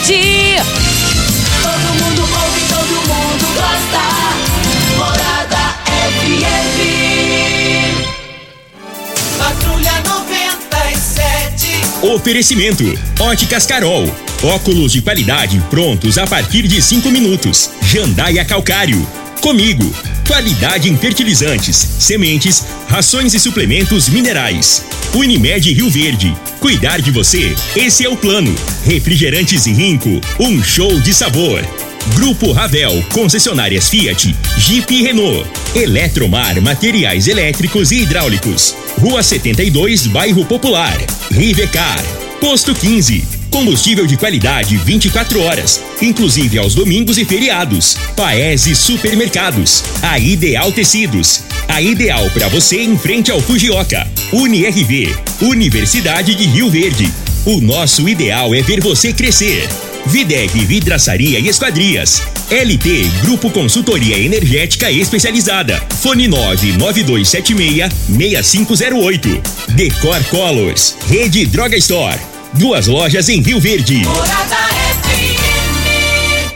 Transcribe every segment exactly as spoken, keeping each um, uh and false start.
Verde. Todo mundo ouve, todo mundo gosta. Morada F M. Patrulha noventa e sete. Oferecimento: Óticas Carol. Óculos de qualidade prontos a partir de cinco minutos. Jandaia Calcário. Comigo. Qualidade em fertilizantes, sementes, rações e suplementos minerais. Unimed Rio Verde. Cuidar de você, esse é o plano. Refrigerantes Rinco, um show de sabor. Grupo Ravel, concessionárias Fiat, Jeep e Renault. Eletromar, materiais elétricos e hidráulicos. Rua setenta e dois, Bairro Popular. Rivecar. Posto quinze. Combustível de qualidade vinte e quatro horas, inclusive aos domingos e feriados. Paese Supermercados. A Ideal Tecidos. A ideal para você em frente ao Fujioka. UniRV. Universidade de Rio Verde. O nosso ideal é ver você crescer. Videg Vidraçaria e Esquadrias. L T Grupo Consultoria Energética Especializada. Fone nove nove dois sete seis, seis cinco zero oito. Decor Colors. Rede Droga Store. Duas lojas em Rio Verde. Morada F M.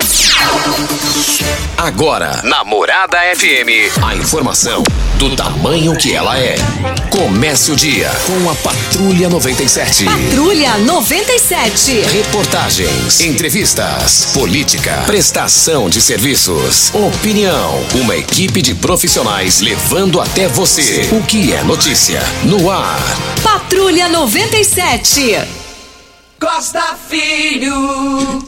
Agora, na Morada F M, a informação do tamanho que ela é. Comece o dia com a Patrulha noventa e sete. Patrulha noventa e sete. Reportagens, entrevistas, política, prestação de serviços, opinião. Uma equipe de profissionais levando até você o que é notícia no ar. Patrulha noventa e sete. Costa Filho.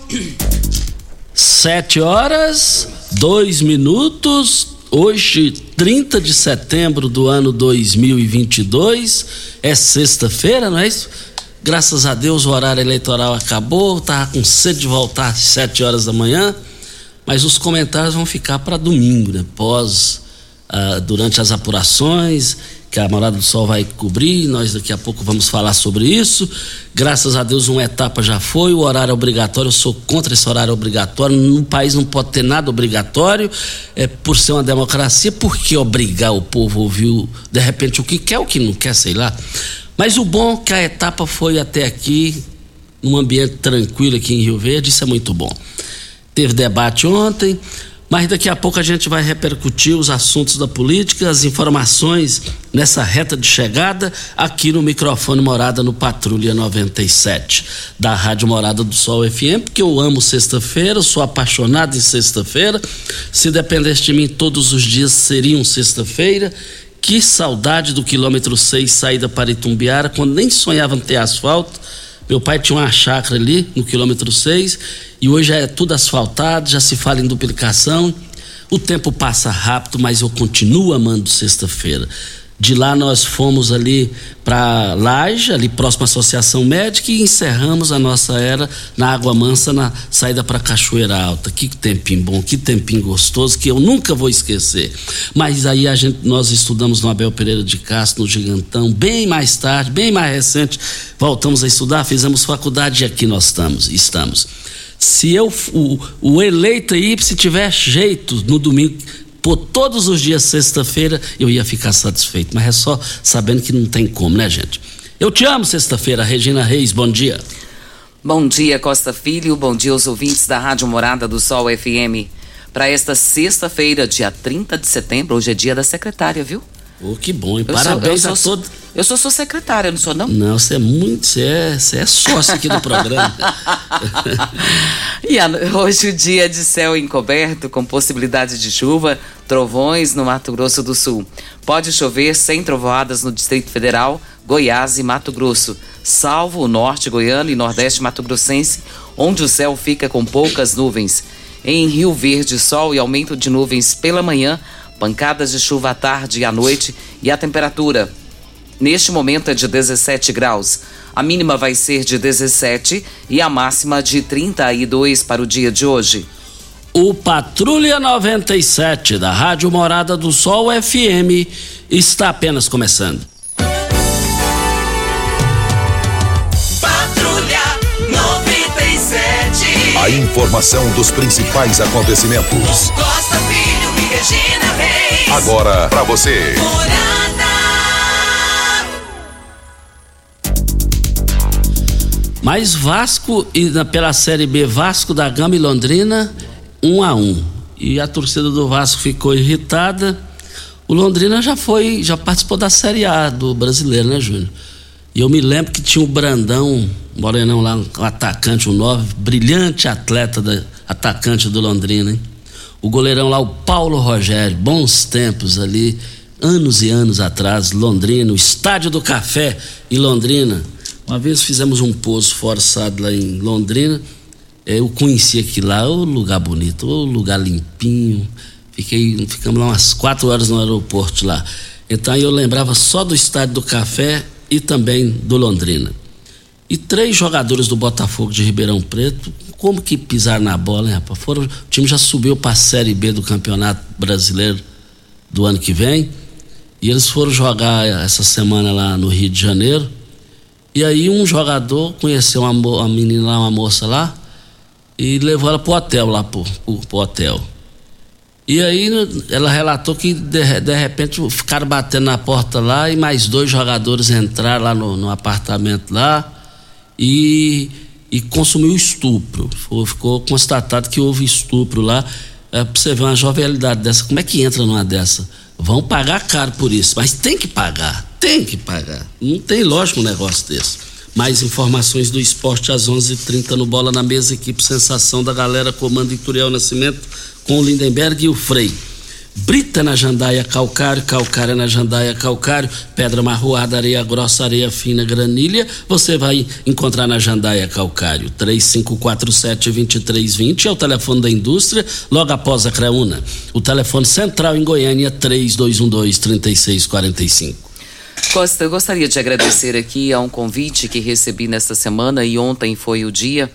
Sete horas, dois minutos. Hoje, trinta de setembro do ano dois mil e vinte e dois. É sexta-feira, não é isso? Graças a Deus o horário eleitoral acabou. Tava com sede de voltar às sete horas da manhã. Mas os comentários vão ficar para domingo, né? Pós, uh, durante as apurações, que a Morada do Sol vai cobrir, nós daqui a pouco vamos falar sobre isso. Graças a Deus uma etapa já foi, o horário obrigatório, eu sou contra esse horário obrigatório, no país não pode ter nada obrigatório, é, por ser uma democracia, por que obrigar o povo a ouvir, de repente, o que quer, o que não quer, sei lá. Mas o bom é que a etapa foi até aqui, num ambiente tranquilo aqui em Rio Verde, isso é muito bom. Teve debate ontem, mas daqui a pouco a gente vai repercutir os assuntos da política, as informações nessa reta de chegada aqui no microfone Morada no Patrulha noventa e sete da Rádio Morada do Sol F M, porque eu amo sexta-feira, sou apaixonado em sexta-feira. Se dependesse de mim, todos os dias seriam sexta-feira. Que saudade do quilômetro seis, saída para Itumbiara, quando nem sonhava em ter asfalto. Meu pai tinha uma chácara ali no quilômetro seis e hoje é tudo asfaltado, já se fala em duplicação. O tempo passa rápido, mas eu continuo amando sexta-feira. De lá nós fomos ali para Laje, ali próximo à Associação Médica, e encerramos a nossa era na Água Mansa, na saída para Cachoeira Alta. Que tempinho bom, que tempinho gostoso, que eu nunca vou esquecer. Mas aí a gente, nós estudamos no Abel Pereira de Castro, no Gigantão, bem mais tarde, bem mais recente, voltamos a estudar, fizemos faculdade e aqui nós estamos, estamos. Se eu, o, o eleito aí, se tiver jeito no domingo, por todos os dias sexta-feira, eu ia ficar satisfeito, mas é só sabendo que não tem como, né, gente? Eu te amo, sexta-feira. Regina Reis, bom dia. Bom dia, Costa Filho, bom dia aos ouvintes da Rádio Morada do Sol F M. Para esta sexta-feira, dia trinta de setembro, hoje é dia da secretária, viu? Oh, que bom, hein? Eu Parabéns sou, eu a sou, todos. Eu sou sua secretária, não sou não? Não, você é muito, você é, você é sócio aqui do programa. E a, hoje o dia é de céu encoberto, com possibilidade de chuva, trovões no Mato Grosso do Sul. Pode chover sem trovoadas no Distrito Federal, Goiás e Mato Grosso, salvo o norte goiano e nordeste mato-grossense, onde o céu fica com poucas nuvens. Em Rio Verde, sol e aumento de nuvens pela manhã, pancadas de chuva à tarde e à noite, e a temperatura neste momento é de dezessete graus. A mínima vai ser de dezessete e a máxima de trinta e dois para o dia de hoje. O Patrulha noventa e sete da Rádio Morada do Sol F M está apenas começando. Patrulha noventa e sete. A informação dos principais acontecimentos. Costa Filho e Regina Reis. Agora pra você. Mas Vasco, e na, pela Série B, Vasco da Gama e Londrina, um a um. E a torcida do Vasco ficou irritada. O Londrina já foi, já participou da Série A do Brasileiro, né, Júnior? E eu me lembro que tinha o Brandão, o Morenão lá, um atacante, o nove, brilhante atleta, da, atacante do Londrina, hein? O goleirão lá, o Paulo Rogério, bons tempos ali, anos e anos atrás, Londrina, o Estádio do Café em Londrina. Uma vez fizemos um pouso forçado lá em Londrina, eu conheci aqui lá, o lugar bonito, o lugar limpinho, fiquei, ficamos lá umas quatro horas no aeroporto lá. Então eu lembrava só do Estádio do Café e também do Londrina. E três jogadores do Botafogo de Ribeirão Preto, como que pisaram na bola, hein, rapaz? Foram, o time já subiu para a Série B do Campeonato Brasileiro do ano que vem, e eles foram jogar essa semana lá no Rio de Janeiro. E aí um jogador conheceu uma, uma menina lá, uma moça lá, e levou ela pro hotel lá, pro, pro, pro hotel. E aí ela relatou que de, de repente ficaram batendo na porta lá e mais dois jogadores entraram lá no, no apartamento lá e, e consumiu estupro. Ficou, ficou constatado que houve estupro lá. É, pra você ver uma jovialidade dessa, como é que entra numa dessa? Vão pagar caro por isso, mas tem que pagar. Tem que pagar. Não tem lógico um negócio desse. Mais informações do esporte às onze e trinta no Bola na Mesa, equipe Sensação da Galera, comando Ituriel Nascimento com o Lindenberg e o Frei. Brita na Jandaia Calcário, calcária na Jandaia Calcário, pedra marroada, areia grossa, areia fina, granilha, você vai encontrar na Jandaia Calcário. Três cinco quatro sete, dois três dois zero é o telefone da indústria, logo após a Creúna. O telefone central em Goiânia, três dois um dois, três seis quatro cinco. Costa, eu gostaria de agradecer aqui a um convite que recebi nesta semana, e ontem foi o dia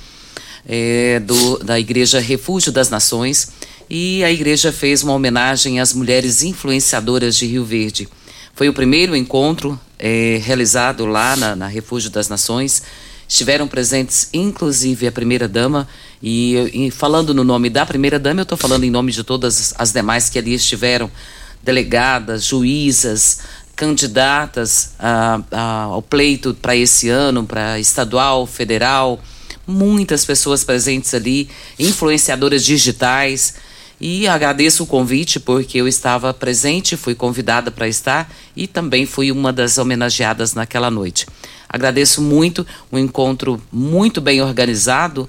é, do, da Igreja Refúgio das Nações, e a igreja fez uma homenagem às mulheres influenciadoras de Rio Verde. Foi o primeiro encontro é, realizado lá na, na Refúgio das Nações. Estiveram presentes inclusive a primeira-dama, e, e falando no nome da primeira-dama, eu estou falando em nome de todas as demais que ali estiveram, delegadas, juízas, candidatas a, a, ao pleito para esse ano, para estadual, federal, muitas pessoas presentes ali, influenciadoras digitais. E agradeço o convite porque eu estava presente, fui convidada para estar e também fui uma das homenageadas naquela noite. Agradeço muito, um encontro muito bem organizado,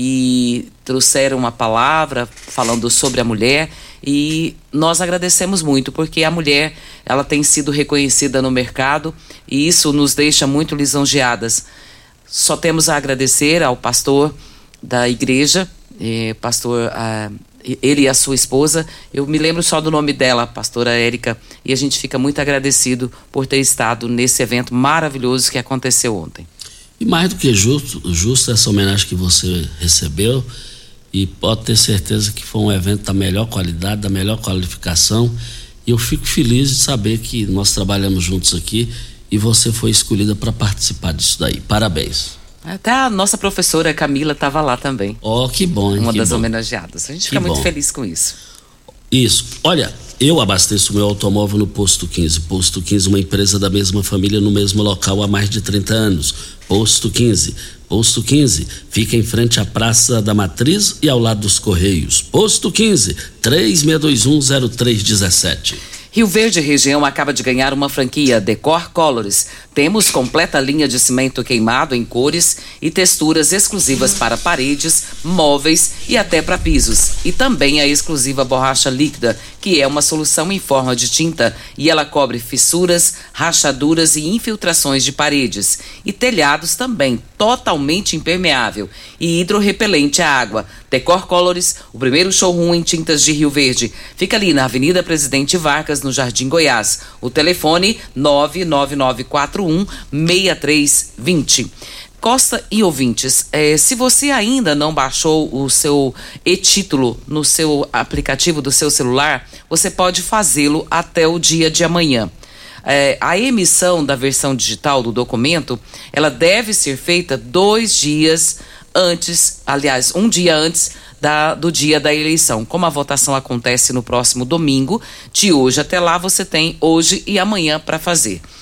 e trouxeram uma palavra falando sobre a mulher, e nós agradecemos muito porque a mulher, ela tem sido reconhecida no mercado e isso nos deixa muito lisonjeadas. Só temos a agradecer ao pastor da igreja, eh, pastor... Ah, ele e a sua esposa, eu me lembro só do nome dela, a pastora Érica, e a gente fica muito agradecido por ter estado nesse evento maravilhoso que aconteceu ontem. E mais do que justo, justo essa homenagem que você recebeu, e pode ter certeza que foi um evento da melhor qualidade, da melhor qualificação, e eu fico feliz de saber que nós trabalhamos juntos aqui e você foi escolhida para participar disso daí. Parabéns. Até a nossa professora Camila estava lá também. Oh, que bom, hein? Uma que das bom. homenageadas. A gente que fica muito bom. feliz com isso. Isso. Olha, eu abasteço meu automóvel no Posto quinze. Posto quinze, uma empresa da mesma família no mesmo local há mais de trinta anos. Posto quinze. Posto quinze, fica em frente à Praça da Matriz e ao lado dos Correios. Posto quinze, três seis dois um, zero três um sete. Rio Verde Região acaba de ganhar uma franquia Decor Colors. Temos completa linha de cimento queimado em cores e texturas exclusivas para paredes, móveis e até para pisos. E também a exclusiva borracha líquida, que é uma solução em forma de tinta e ela cobre fissuras, rachaduras e infiltrações de paredes. E telhados também, totalmente impermeável e hidrorrepelente à água. Decor Colors, o primeiro showroom em tintas de Rio Verde. Fica ali na Avenida Presidente Vargas, no Jardim Goiás. O telefone nove nove nove quatro um, seis três dois zero. Costa e ouvintes, eh, se você ainda não baixou o seu e-título no seu aplicativo do seu celular, você pode fazê-lo até o dia de amanhã. É, a emissão da versão digital do documento, ela deve ser feita dois dias antes, aliás, um dia antes da, do dia da eleição. Como a votação acontece no próximo domingo, de hoje até lá você tem hoje e amanhã para fazer.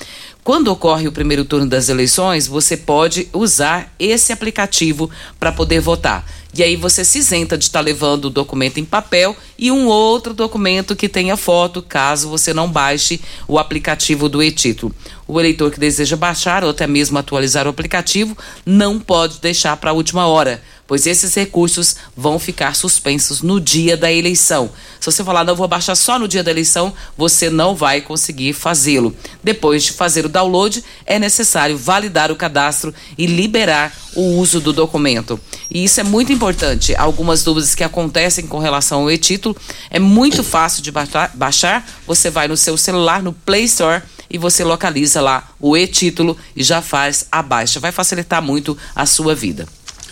quando ocorre o primeiro turno das eleições, você pode usar esse aplicativo para poder votar. E aí você se isenta de estar levando o documento em papel e um outro documento que tenha foto, caso você não baixe o aplicativo do e-título. O eleitor que deseja baixar ou até mesmo atualizar o aplicativo não pode deixar para a última hora, pois esses recursos vão ficar suspensos no dia da eleição. Se você falar, não, vou baixar só no dia da eleição, você não vai conseguir fazê-lo. Depois de fazer o download, é necessário validar o cadastro e liberar o uso do documento. E isso é muito importante. Algumas dúvidas que acontecem com relação ao e-título, é muito fácil de baixar. Você vai no seu celular, no Play Store, e você localiza lá o e-título e já faz a baixa. Vai facilitar muito a sua vida.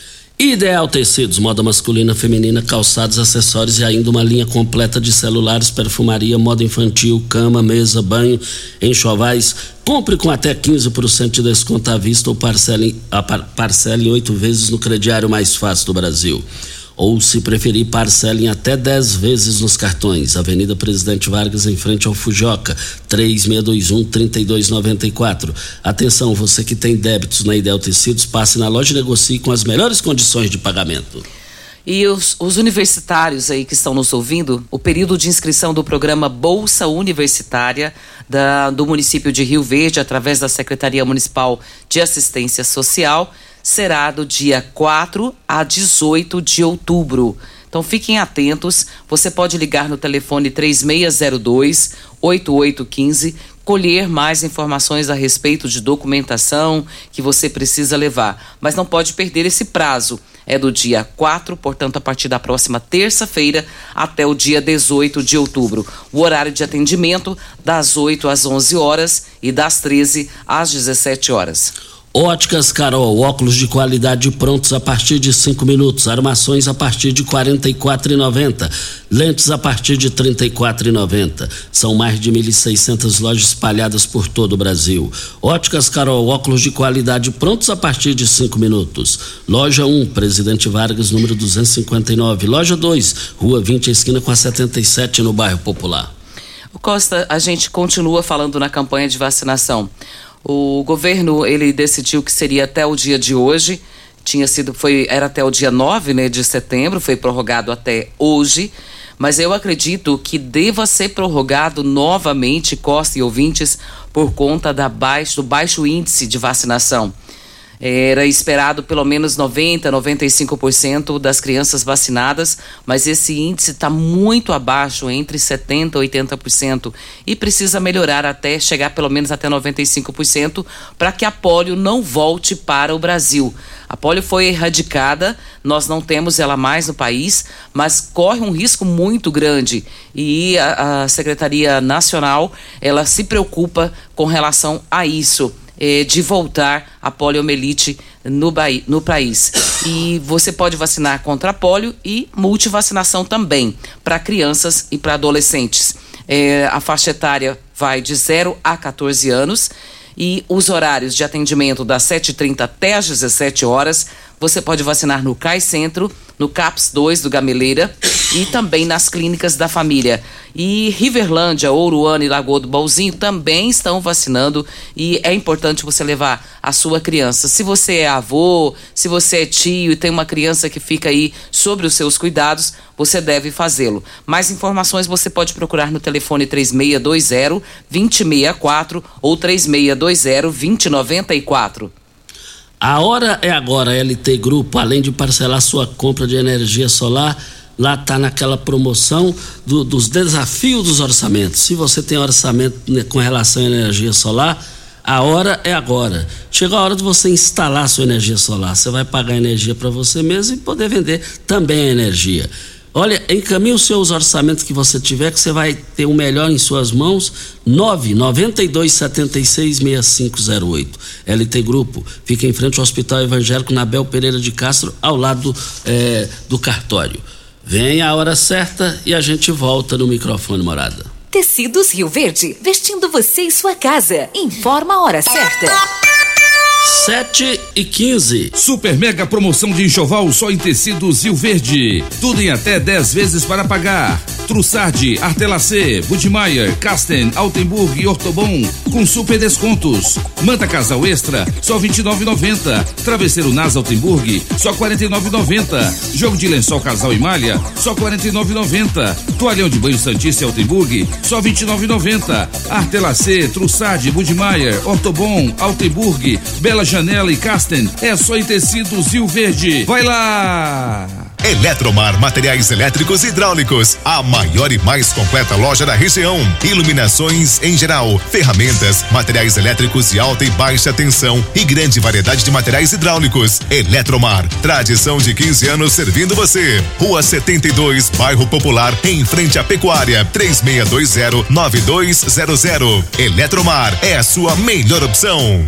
Ideal Tecidos, moda masculina, feminina, calçados, acessórios e ainda uma linha completa de celulares, perfumaria, moda infantil, cama, mesa, banho, enxovais. Compre com até quinze por cento de desconto à vista ou parcele, parcele oito vezes no crediário mais fácil do Brasil. Ou, se preferir, parcelem até dez vezes nos cartões. Avenida Presidente Vargas, em frente ao Fujoca, três seis dois um, três dois nove quatro. Atenção, você que tem débitos na Ideal Tecidos, passe na loja e negocie com as melhores condições de pagamento. E os, os universitários aí que estão nos ouvindo, o período de inscrição do programa Bolsa Universitária da, do município de Rio Verde, através da Secretaria Municipal de Assistência Social, será do dia quatro a dezoito de outubro. Então fiquem atentos, você pode ligar no telefone três seis zero dois, oito oito um cinco, colher mais informações a respeito de documentação que você precisa levar. Mas não pode perder esse prazo. É do dia quatro, portanto, a partir da próxima terça-feira até o dia dezoito de outubro. O horário de atendimento das oito às onze horas e das treze às dezessete horas. Óticas Carol, óculos de qualidade prontos a partir de cinco minutos, armações a partir de quarenta e quatro reais e noventa centavos, lentes a partir de trinta e quatro reais e noventa centavos. São mais de mil e seiscentas lojas espalhadas por todo o Brasil. Óticas Carol, óculos de qualidade prontos a partir de cinco minutos. Loja um, Presidente Vargas, número duzentos e cinquenta e nove. Loja dois, Rua vinte, esquina com a setenta e sete, no bairro Popular. Costa, a gente continua falando na campanha de vacinação. O governo, ele decidiu que seria até o dia de hoje, tinha sido, foi, era até o dia nove, né, de setembro, foi prorrogado até hoje, mas eu acredito que deva ser prorrogado novamente, Costa e ouvintes, por conta da baixo, do baixo índice de vacinação. Era esperado pelo menos noventa, noventa e cinco por cento das crianças vacinadas, mas esse índice está muito abaixo, entre setenta por cento e oitenta por cento, e precisa melhorar até chegar pelo menos até noventa e cinco por cento para que a polio não volte para o Brasil. A polio foi erradicada, nós não temos ela mais no país, mas corre um risco muito grande e a, a Secretaria Nacional, ela se preocupa com relação a isso. De voltar a poliomielite no, no país. E você pode vacinar contra a polio e multivacinação também, para crianças e para adolescentes. É, a faixa etária vai de zero a quatorze anos e os horários de atendimento das sete e trinta até às dezessete horas. Você pode vacinar no C A I Centro, no CAPS dois do Gameleira e também nas clínicas da família. E Riverlândia, Ouruana e Lagoa do Bolzinho também estão vacinando e é importante você levar a sua criança. Se você é avô, se você é tio e tem uma criança que fica aí sobre os seus cuidados, você deve fazê-lo. Mais informações você pode procurar no telefone três seis dois zero, dois zero seis quatro ou três seis dois zero, dois zero nove quatro. A hora é agora, L T Grupo, além de parcelar sua compra de energia solar, lá está naquela promoção do, dos desafios dos orçamentos. Se você tem orçamento, né, com relação à energia solar, a hora é agora. Chegou a hora de você instalar sua energia solar. Você vai pagar energia para você mesmo e poder vender também a energia. Olha, encaminhe os seus orçamentos que você tiver, que você vai ter o melhor em suas mãos. nove nove dois sete seis, seis cinco zero oito. L T Grupo fica em frente ao Hospital Evangélico na Bel Pereira de Castro, ao lado é, do cartório. Vem a hora certa e a gente volta no microfone, Morada. Tecidos Rio Verde, vestindo você e sua casa. Informa a hora certa. sete e quinze. Super mega promoção de enxoval só em Tecidos Rio Verde. Tudo em até dez vezes para pagar. Trussardi, Artelacê, Budmeier, Casten, Altenburg e Ortobon com super descontos. Manta Casal Extra, só vinte e nove reais e noventa centavos. Travesseiro Nas Altenburg, só quarenta e nove reais e noventa centavos. Jogo de lençol Casal e Malha, só quarenta e nove reais e noventa centavos. Toalhão de banho Santista e Altenburg, só vinte e nove reais e noventa centavos. Artelacê, Trussardi, Budmeier, Ortobon, Altenburg, Bela Janela e Casten, é só em tecidos Rio Verde. Vai lá! Eletromar Materiais Elétricos e Hidráulicos, a maior e mais completa loja da região. Iluminações em geral, ferramentas, materiais elétricos de alta e baixa tensão e grande variedade de materiais hidráulicos. Eletromar, tradição de quinze anos servindo você. Rua setenta e dois, Bairro Popular, em frente à Pecuária, três seis dois zero, nove dois zero zero. Eletromar é a sua melhor opção.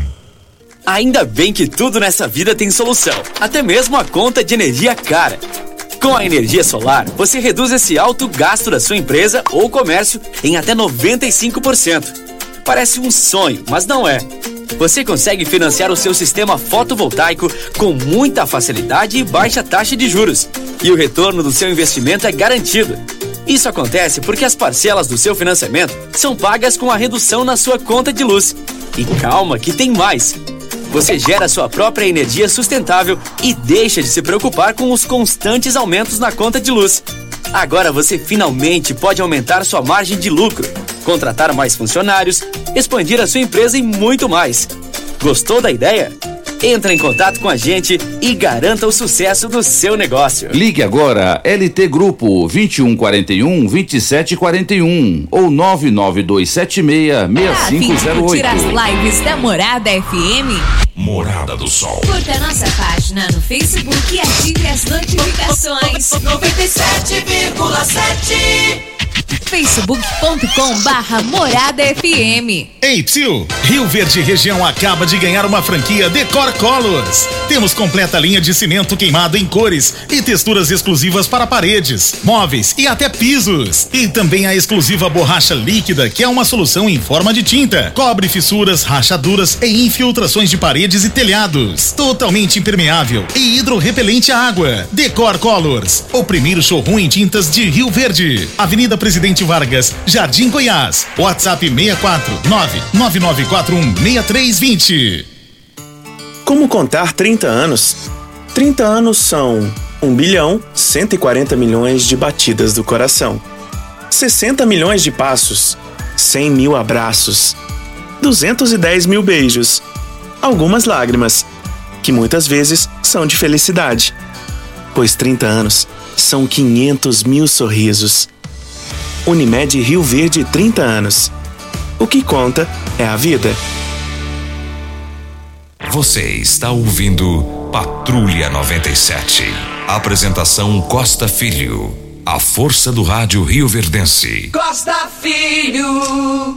Ainda bem que tudo nessa vida tem solução, até mesmo a conta de energia cara. Com a energia solar, você reduz esse alto gasto da sua empresa ou comércio em até noventa e cinco por cento. Parece um sonho, mas não é. Você consegue financiar o seu sistema fotovoltaico com muita facilidade e baixa taxa de juros. E o retorno do seu investimento é garantido. Isso acontece porque as parcelas do seu financiamento são pagas com a redução na sua conta de luz. E calma que tem mais! Você gera sua própria energia sustentável e deixa de se preocupar com os constantes aumentos na conta de luz. Agora você finalmente pode aumentar sua margem de lucro, contratar mais funcionários, expandir a sua empresa e muito mais. Gostou da ideia? Entre em contato com a gente e garanta o sucesso do seu negócio. Ligue agora L T Grupo vinte e um quarenta e um, vinte e sete quarenta e um ou nove nove dois sete seis, seis cinco zero oito. Curtir as lives da Morada F M. Morada do Sol. Curta nossa página no Facebook e ative as notificações. noventa e sete vírgula sete. facebook ponto com barra Morada F M. Ei, tio! Rio Verde Região acaba de ganhar uma franquia Decor Colors. Temos completa linha de cimento queimado em cores e texturas exclusivas para paredes, móveis e até pisos. E também a exclusiva borracha líquida, que é uma solução em forma de tinta. Cobre fissuras, rachaduras e infiltrações de paredes e telhados. Totalmente impermeável e hidrorrepelente à água. Decor Colors, o primeiro showroom em tintas de Rio Verde. Avenida Presidente Vargas, Jardim Goiás. WhatsApp seis quatro nove nove nove quatro um seis três dois zero. Como contar trinta anos? trinta anos são um bilhão cento e quarenta milhões de batidas do coração, sessenta milhões de passos, cem mil abraços, duzentos e dez mil beijos, algumas lágrimas, que muitas vezes são de felicidade, pois trinta anos são quinhentos mil sorrisos. Unimed Rio Verde, trinta anos. O que conta é a vida. Você está ouvindo Patrulha noventa e sete. Apresentação Costa Filho. A força do rádio rioverdense. Costa Filho.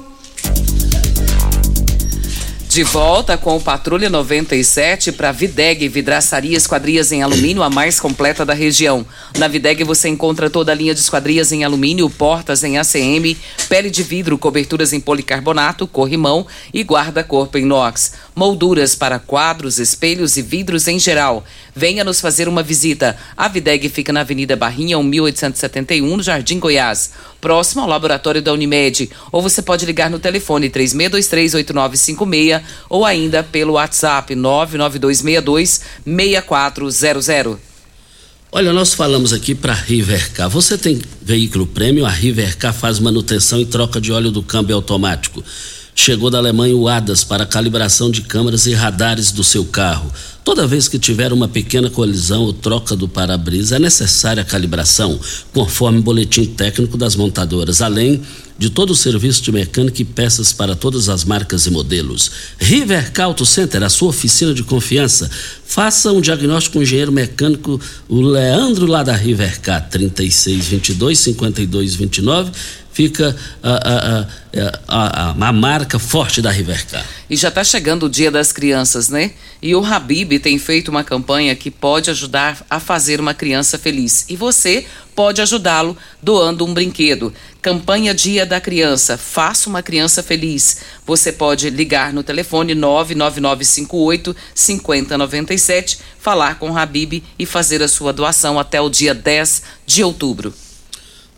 De volta com o Patrulha noventa e sete para Videg, vidraçaria esquadrias em alumínio, a mais completa da região. Na Videg você encontra toda a linha de esquadrias em alumínio, portas em A C M, pele de vidro, coberturas em policarbonato, corrimão e guarda-corpo em inox. Molduras para quadros, espelhos e vidros em geral. Venha nos fazer uma visita. A Videg fica na Avenida Barrinha, mil oitocentos e setenta e um, no Jardim Goiás, próximo ao laboratório da Unimed. Ou você pode ligar no telefone três seis dois três, oito nove cinco seis ou ainda pelo WhatsApp nove nove dois seis dois, seis quatro zero zero. Olha, nós falamos aqui para a Rivercar. Você tem veículo prêmio? A Rivercar faz manutenção e troca de óleo do câmbio automático. Chegou da Alemanha o A D A S para calibração de câmeras e radares do seu carro. Toda vez que tiver uma pequena colisão ou troca do para-brisa, é necessária a calibração, conforme o boletim técnico das montadoras, além de todo o serviço de mecânica e peças para todas as marcas e modelos. Rivercar Auto Center, a sua oficina de confiança. Faça um diagnóstico com o engenheiro mecânico, o Leandro lá da Rivercar, trinta e seis, vinte e dois, cinquenta e dois, vinte e nove. Fica a, a, a, a, a marca forte da Rivercar. E já está chegando o Dia das Crianças, né? E o Habib tem feito uma campanha que pode ajudar a fazer uma criança feliz. E você pode ajudá-lo doando um brinquedo. Campanha Dia da Criança. Faça uma criança feliz. Você pode ligar no telefone nove nove nove cinco oito, cinco zero nove sete, falar com o Habib e fazer a sua doação até o dia dez de outubro.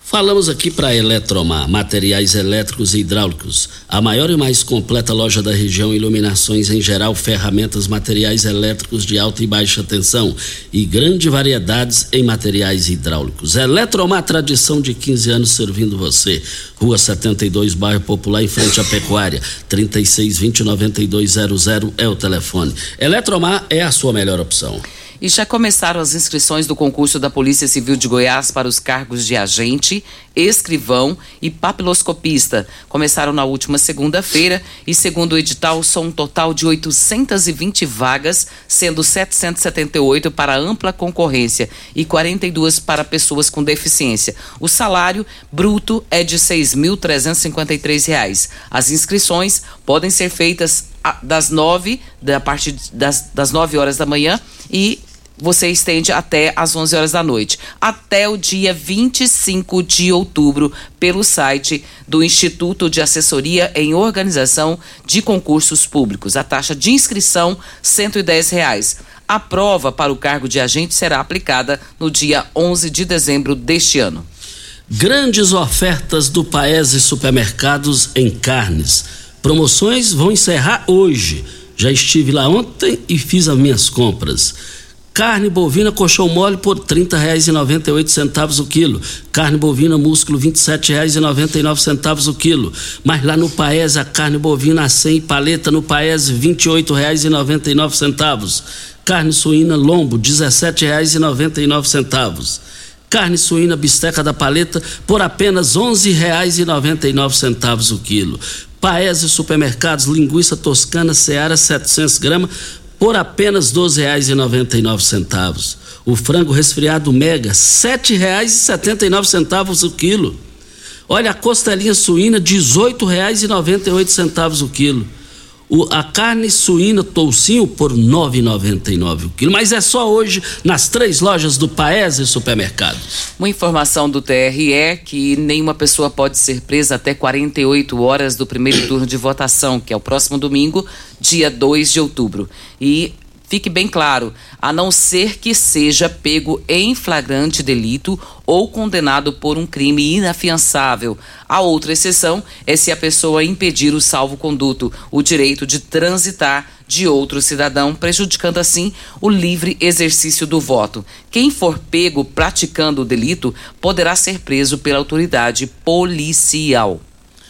Falamos aqui para Eletromar, materiais elétricos e hidráulicos, a maior e mais completa loja da região, iluminações em geral, ferramentas, materiais elétricos de alta e baixa tensão e grande variedades em materiais hidráulicos. Eletromar, tradição de quinze anos servindo você. Rua setenta e dois, bairro Popular, em frente à Pecuária. trinta e seis vinte, noventa e dois zero zero é o telefone. Eletromar é a sua melhor opção. E já começaram as inscrições do concurso da Polícia Civil de Goiás para os cargos de agente, escrivão e papiloscopista. Começaram na última segunda-feira e, segundo o edital, são um total de oitocentas e vinte vagas, sendo setecentas e setenta e oito para ampla concorrência e quarenta e duas para pessoas com deficiência. O salário bruto é de seis mil trezentos e cinquenta e três reais. As inscrições podem ser feitas das nove, da partir das, das nove horas da manhã e você estende até às onze horas da noite, até o dia vinte e cinco de outubro, pelo site do Instituto de Assessoria em Organização de Concursos Públicos. A taxa de inscrição, cento e dez reais. A prova para o cargo de agente será aplicada no dia onze de dezembro deste ano. Grandes ofertas do Paese Supermercados em carnes. Promoções vão encerrar hoje. Já estive lá ontem e fiz as minhas compras. Carne bovina colchão mole por trinta reais e noventa e oito centavos o quilo. Carne bovina músculo vinte e sete reais e noventa e nove centavos o quilo. Mas lá no Paese a carne bovina a cem e paleta no Paese vinte e oito reais e noventa e nove centavos. Carne suína lombo dezessete reais e noventa e nove centavos. Carne suína bisteca da paleta por apenas onze reais e noventa e nove centavos o quilo. Paese Supermercados, linguiça toscana Seara setecentos gramas por apenas doze reais e noventa e nove centavos. O frango resfriado Mega, sete reais e setenta e nove centavos o quilo. Olha, a costelinha suína, dezoito reais e noventa e oito centavos o quilo. O, a carne suína toucinho por nove reais e noventa e nove centavos o quilo. Mas é só hoje nas três lojas do Paese Supermercados. Uma informação do T R E que nenhuma pessoa pode ser presa até quarenta e oito horas do primeiro turno de votação, que é o próximo domingo, dia dois de outubro. E fique bem claro, a não ser que seja pego em flagrante delito ou condenado por um crime inafiançável. A outra exceção é se a pessoa impedir o salvo-conduto, o direito de transitar de outro cidadão, prejudicando assim o livre exercício do voto. Quem for pego praticando o delito poderá ser preso pela autoridade policial.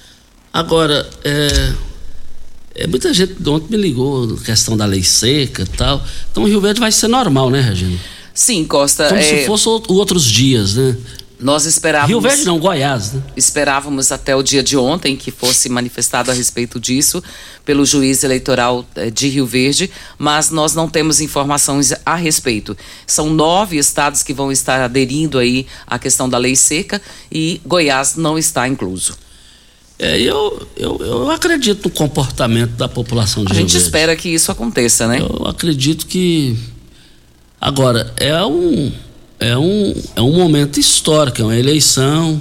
Agora, é... É, muita gente ontem me ligou, questão da lei seca e tal. Então o Rio Verde vai ser normal, né, Regina? Sim, Costa. Como é... se fosse outros dias, né? Nós esperávamos... Rio Verde não, Goiás, né? Esperávamos até o dia de ontem que fosse manifestado a respeito disso pelo juiz eleitoral de Rio Verde, mas nós não temos informações a respeito. São nove estados que vão estar aderindo aí à questão da lei seca e Goiás não está incluso. É, eu, eu, eu acredito no comportamento da população de A Rio gente Verde. espera que isso aconteça, né? Eu acredito que... Agora, é um, é um, é um momento histórico, é uma eleição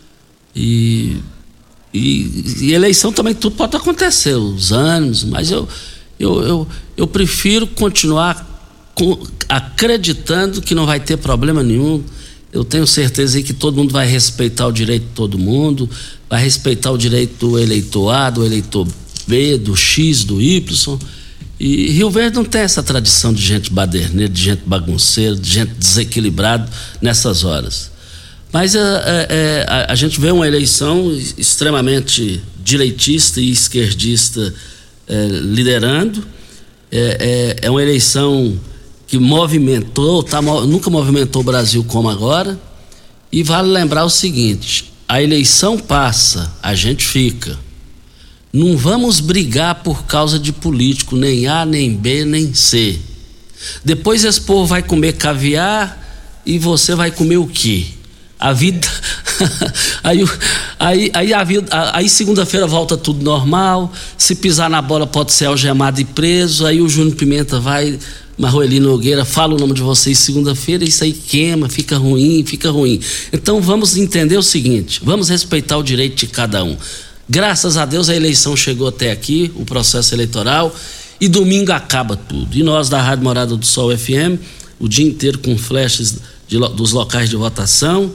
e, e, e eleição também tudo pode acontecer, os ânimos, mas eu, eu, eu, eu prefiro continuar com, acreditando que não vai ter problema nenhum. Eu tenho certeza aí que todo mundo vai respeitar o direito de todo mundo, vai respeitar o direito do eleitor A, do eleitor B, do X, do Y. E Rio Verde não tem essa tradição de gente baderneira, de gente bagunceira, de gente desequilibrada nessas horas. Mas é, é, a, a gente vê uma eleição extremamente direitista e esquerdista é, liderando. É, é, é uma eleição que movimentou, tá, nunca movimentou o Brasil como agora. E vale lembrar o seguinte: a eleição passa, a gente fica. Não vamos brigar por causa de político, nem A, nem B, nem C. Depois esse povo vai comer caviar e você vai comer o quê? A vida... aí, aí, aí, a vida, aí segunda-feira volta tudo normal, se pisar na bola pode ser algemado e preso, aí o Júnior Pimenta vai... Marroeli Nogueira, fala o nome de vocês segunda-feira, isso aí queima, fica ruim, fica ruim. Então vamos entender o seguinte, vamos respeitar o direito de cada um. Graças a Deus a eleição chegou até aqui, o processo eleitoral, e domingo acaba tudo. E nós da Rádio Morada do Sol F M, o dia inteiro com flashes de, dos locais de votação.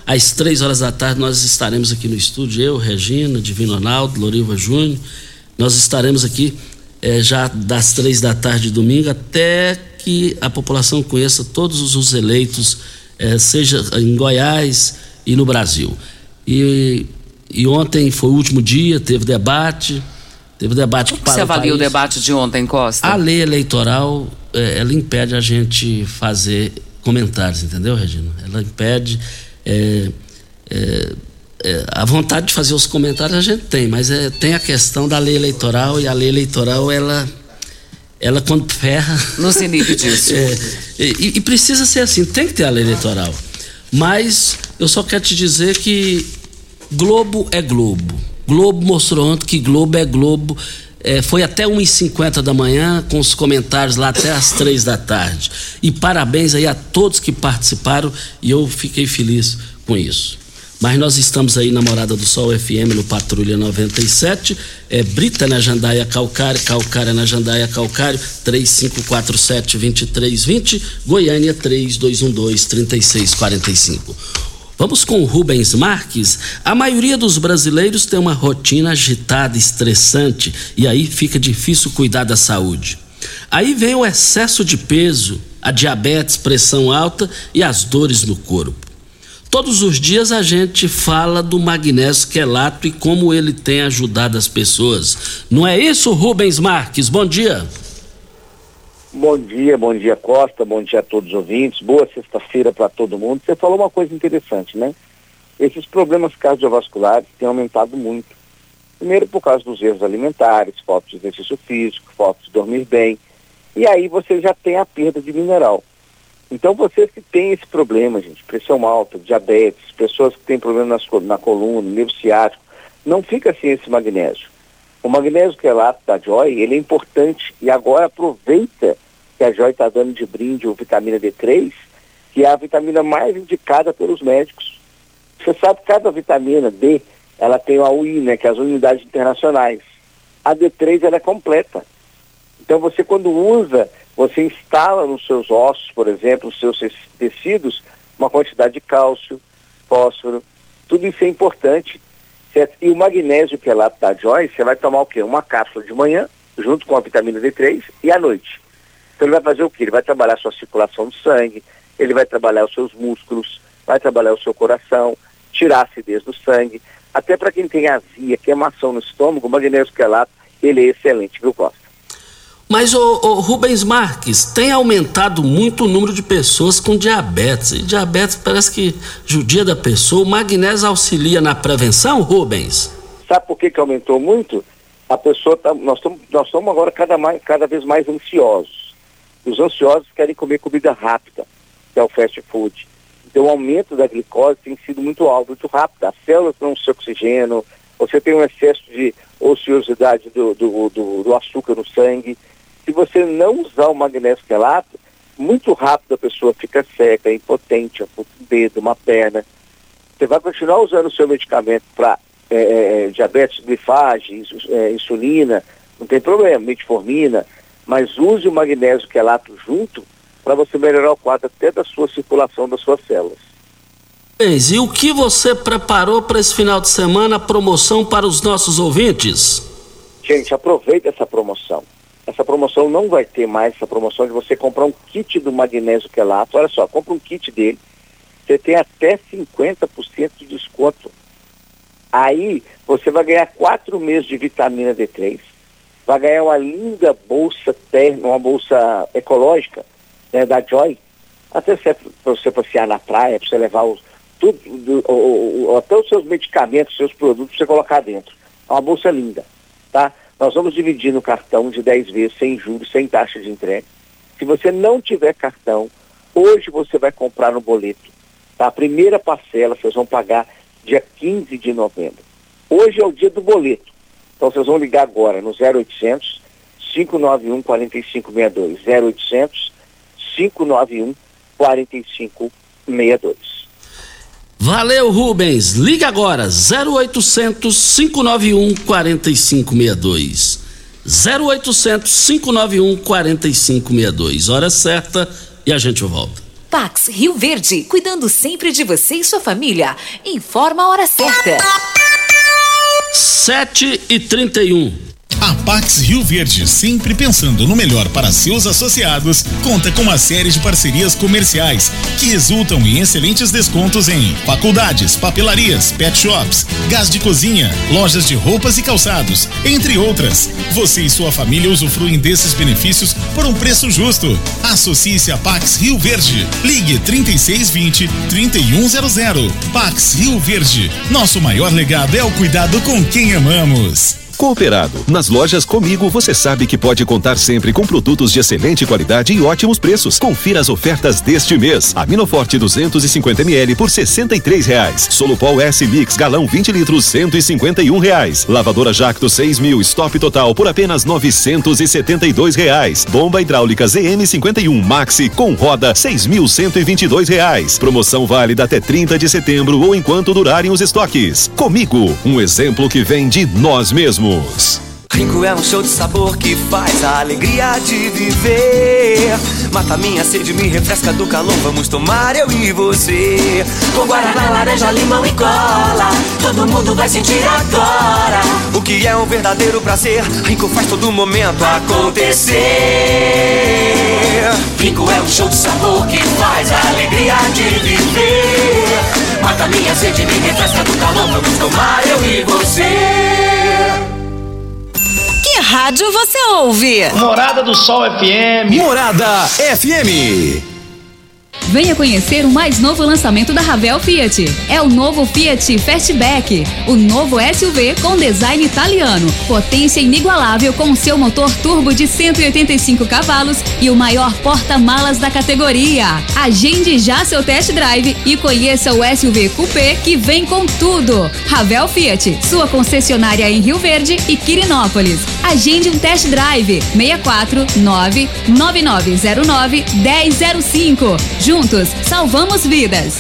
às três horas da tarde nós estaremos aqui no estúdio, eu, Regina, Divino Ronaldo, Loriva Júnior. Nós estaremos aqui eh, já das três da tarde de domingo até que a população conheça todos os eleitos, eh, seja em Goiás e no Brasil. E, e ontem foi o último dia, teve debate, teve debate Como para você avalia o, o debate de ontem, Costa? A lei eleitoral, eh, ela impede a gente fazer comentários, entendeu, Regina? Ela impede, é, é, é, a vontade de fazer os comentários a gente tem, mas é, tem a questão da lei eleitoral, e a lei eleitoral, ela, ela quando ferra... Não se inibe disso. É, e, e precisa ser assim, tem que ter a lei eleitoral. Mas eu só quero te dizer que Globo é Globo. Globo mostrou ontem que Globo é Globo. É, foi até uma e cinquenta da manhã, com os comentários lá até as três da tarde. E parabéns aí a todos que participaram, e eu fiquei feliz com isso. Mas nós estamos aí na Morada do Sol F M, no Patrulha noventa e sete, é Brita na Jandaia Calcário, Calcária na Jandaia Calcário, três cinco quatro sete, dois três dois zero, Goiânia três dois um dois, três seis quatro cinco. Vamos com o Rubens Marques. A maioria dos brasileiros tem uma rotina agitada, estressante, e aí fica difícil cuidar da saúde. Aí vem o excesso de peso, a diabetes, pressão alta e as dores no corpo. Todos os dias a gente fala do magnésio quelato e como ele tem ajudado as pessoas. Não é isso, Rubens Marques? Bom dia. Bom dia, bom dia Costa, bom dia a todos os ouvintes, boa sexta-feira para todo mundo. Você falou uma coisa interessante, né? Esses problemas cardiovasculares têm aumentado muito. Primeiro por causa dos erros alimentares, falta de exercício físico, falta de dormir bem. E aí você já tem a perda de mineral. Então vocês que têm esse problema, gente, pressão alta, diabetes, pessoas que têm problema nas, na coluna, nervo ciático, não fica sem esse magnésio. O magnésio quelato da Joy, ele é importante, e agora aproveita que a Joy está dando de brinde o vitamina D três, que é a vitamina mais indicada pelos médicos. Você sabe que cada vitamina D, ela tem a U I, né, que é as unidades internacionais. A D três, ela é completa. Então você, quando usa, você instala nos seus ossos, por exemplo, nos seus tecidos, uma quantidade de cálcio, fósforo, tudo isso é importante. Certo? E o magnésio quelato da Joy, você vai tomar o quê? Uma cápsula de manhã, junto com a vitamina D três, e à noite. Então ele vai fazer o quê? Ele vai trabalhar a sua circulação do sangue, ele vai trabalhar os seus músculos, vai trabalhar o seu coração, tirar a acidez do sangue. Até para quem tem azia, queimação no estômago, o magnésio quelato, ele é excelente, viu, Costa? Mas, ô, ô, Rubens Marques, tem aumentado muito o número de pessoas com diabetes. E diabetes parece que judia da pessoa. O magnésio auxilia na prevenção, Rubens? Sabe por que que aumentou muito? A pessoa tá, nós estamos nós estamos agora cada, mais, cada vez mais ansiosos. Os ansiosos querem comer comida rápida, que é o fast food. Então o aumento da glicose tem sido muito alto, muito rápido. As células não se oxigenam, você tem um excesso de ociosidade do, do, do, do açúcar no sangue. Se você não usar o magnésio quelato, muito rápido a pessoa fica seca, impotente, um dedo, uma perna. Você vai continuar usando o seu medicamento para é, diabetes, glifage, é, insulina, não tem problema, metformina, mas use o magnésio quelato junto para você melhorar o quadro até da sua circulação das suas células. E o que você preparou para esse final de semana, a promoção para os nossos ouvintes? Gente, aproveita essa promoção. Essa promoção não vai ter mais, essa promoção de você comprar um kit do magnésio quelato. Olha só, compra um kit dele, você tem até cinquenta por cento de desconto. Aí você vai ganhar quatro meses de vitamina D três, vai ganhar uma linda bolsa térmica, uma bolsa ecológica, né, da Joy, até para você passear na praia, para você levar os, tudo, do, o, o, até os seus medicamentos, seus produtos, para você colocar dentro. É uma bolsa linda, tá? Nós vamos dividir no cartão de dez vezes, sem juros, sem taxa de entrega. Se você não tiver cartão, hoje você vai comprar no boleto. Tá? A primeira parcela vocês vão pagar dia quinze de novembro. Hoje é o dia do boleto. Então vocês vão ligar agora no zero oitocentos, cinco nove um, quatro cinco seis dois. zero oitocentos, cinco nove um, quatro cinco seis dois. Valeu, Rubens. Liga agora, zero oitocentos, cinco nove um, quatro cinco seis dois. zero oitocentos, cinco nove um, quatro cinco seis dois. Hora certa e a gente volta. Pax Rio Verde, cuidando sempre de você e sua família. Informa a hora certa. sete e trinta e um. A Pax Rio Verde, sempre pensando no melhor para seus associados, conta com uma série de parcerias comerciais que resultam em excelentes descontos em faculdades, papelarias, pet shops, gás de cozinha, lojas de roupas e calçados, entre outras. Você e sua família usufruem desses benefícios por um preço justo. Associe-se a Pax Rio Verde. Ligue trinta e seis vinte, trinta e um zero zero. Pax Rio Verde. Nosso maior legado é o cuidado com quem amamos. Cooperado. Nas lojas Comigo você sabe que pode contar sempre com produtos de excelente qualidade e ótimos preços. Confira as ofertas deste mês. Aminoforte duzentos e cinquenta mililitros por sessenta e três reais. Solupol S Mix galão vinte litros cento e cinquenta e um reais. Lavadora Jacto seis mil stop total por apenas novecentos e setenta e dois reais. Bomba hidráulica Z M cinquenta e um Maxi com roda seis mil cento e vinte e dois reais. Promoção válida até trinta de setembro ou enquanto durarem os estoques. Comigo, um exemplo que vem de nós mesmos. Rinco é um show de sabor que faz a alegria de viver. Mata minha sede, me refresca do calor. Vamos tomar eu e você. Com guaraná, laranja, limão e cola. Todo mundo vai sentir agora o que é um verdadeiro prazer. Rinco faz todo momento acontecer. Rinco é um show de sabor que faz a alegria de viver. Mata minha sede, me refresca do calor. Vamos tomar eu e você. Que rádio você ouve? Morada do Sol F M. Morada F M. Venha conhecer o mais novo lançamento da Ravel Fiat. É o novo Fiat Fastback, o novo S U V com design italiano, potência inigualável com seu motor turbo de cento e oitenta e cinco cavalos e o maior porta-malas da categoria. Agende já seu test drive e conheça o S U V Coupé que vem com tudo. Ravel Fiat, sua concessionária em Rio Verde e Quirinópolis. Agende um test drive seis quatro nove nove nove zero nove um zero zero cinco. Juntos, salvamos vidas.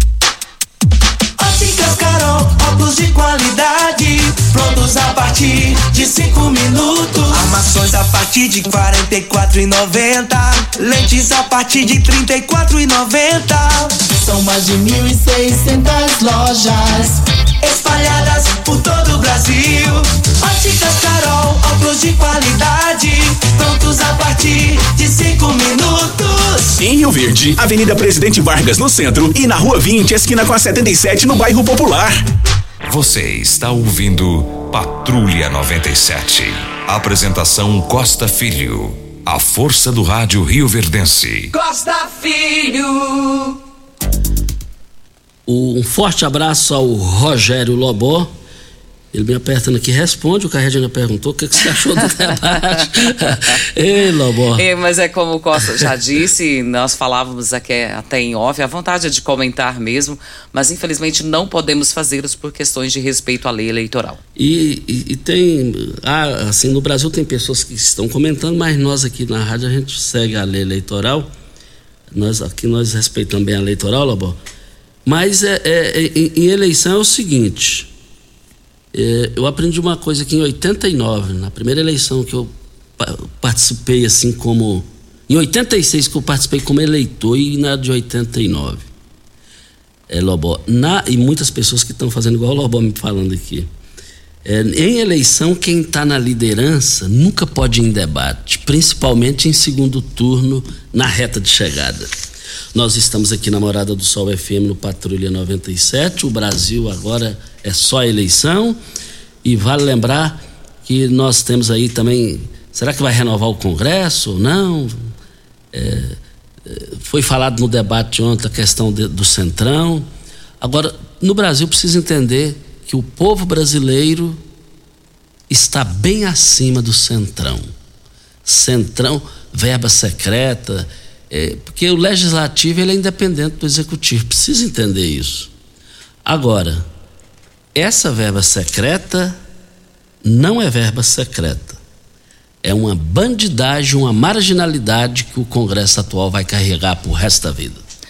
Óticas Carol, óculos de qualidade, prontos a partir de cinco minutos. Armações a partir de quarenta e quatro reais e noventa centavos. Lentes a partir de trinta e quatro reais e noventa centavos. São mais de mil e seiscentas lojas espalhadas por todo o Brasil. Óticas Carol, óculos de qualidade, prontos a partir de cinco minutos. Em Rio Verde, Avenida Presidente Vargas no centro e na Rua vinte, esquina com a setenta e sete no bairro Popular. Você está ouvindo Patrulha noventa e sete. Apresentação Costa Filho. A força do rádio rioverdense. Costa Filho. Um forte abraço ao Rogério Lobó. Ele me apertando aqui, responde. O Carregiana perguntou o que, que você achou do debate. Ei, Lobó. É, mas é como o Costa já disse, nós falávamos aqui até em off, a vontade é de comentar mesmo, mas infelizmente não podemos fazê-los por questões de respeito à lei eleitoral. E, e, e tem, ah, assim, no Brasil tem pessoas que estão comentando, mas nós aqui na rádio a gente segue a lei eleitoral. Nós aqui nós respeitamos bem a lei eleitoral, Lobó. Mas é, é, é, em, em eleição é o seguinte. Eu aprendi uma coisa aqui em oitenta e nove, na primeira eleição que eu participei assim como... Em oitenta e seis que eu participei como eleitor e na de oitenta e nove. É, Lobó, na, e muitas pessoas que estão fazendo igual o Lobó me falando aqui. É, em eleição, quem está na liderança nunca pode ir em debate, principalmente em segundo turno, na reta de chegada. Nós estamos aqui na Morada do Sol F M no Patrulha noventa e sete. O Brasil agora é só eleição. E vale lembrar que nós temos aí também... Será que vai renovar o Congresso ou não? É, foi falado no debate ontem a questão de, do Centrão. Agora, no Brasil precisa entender que o povo brasileiro está bem acima do Centrão. Centrão, verba secreta... É, porque o legislativo ele é independente do executivo, precisa entender isso. Agora, essa verba secreta não é verba secreta, é uma bandidagem, uma marginalidade que o Congresso atual vai carregar pro resto da vida.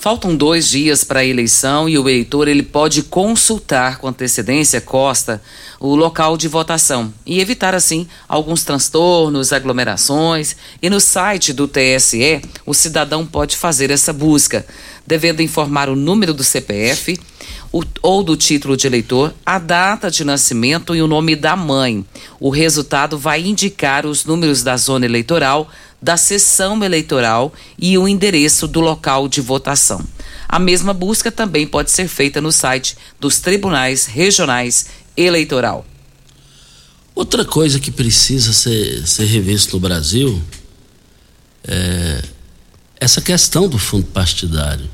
Faltam dois dias para a eleição e o eleitor ele pode consultar com antecedência, Costa, o local de votação e evitar assim alguns transtornos, aglomerações. E no site do T S E, o cidadão pode fazer essa busca, devendo informar o número do C P F o, ou do título de eleitor, a data de nascimento e o nome da mãe. O resultado vai indicar os números da zona eleitoral, da seção eleitoral e o endereço do local de votação. A mesma busca também pode ser feita no site dos Tribunais Regionais Eleitoral. Outra coisa que precisa ser, ser revista no Brasil é essa questão do fundo partidário.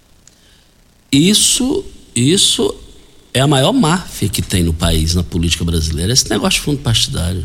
Isso, isso é a maior máfia que tem no país, na política brasileira, esse negócio de fundo partidário.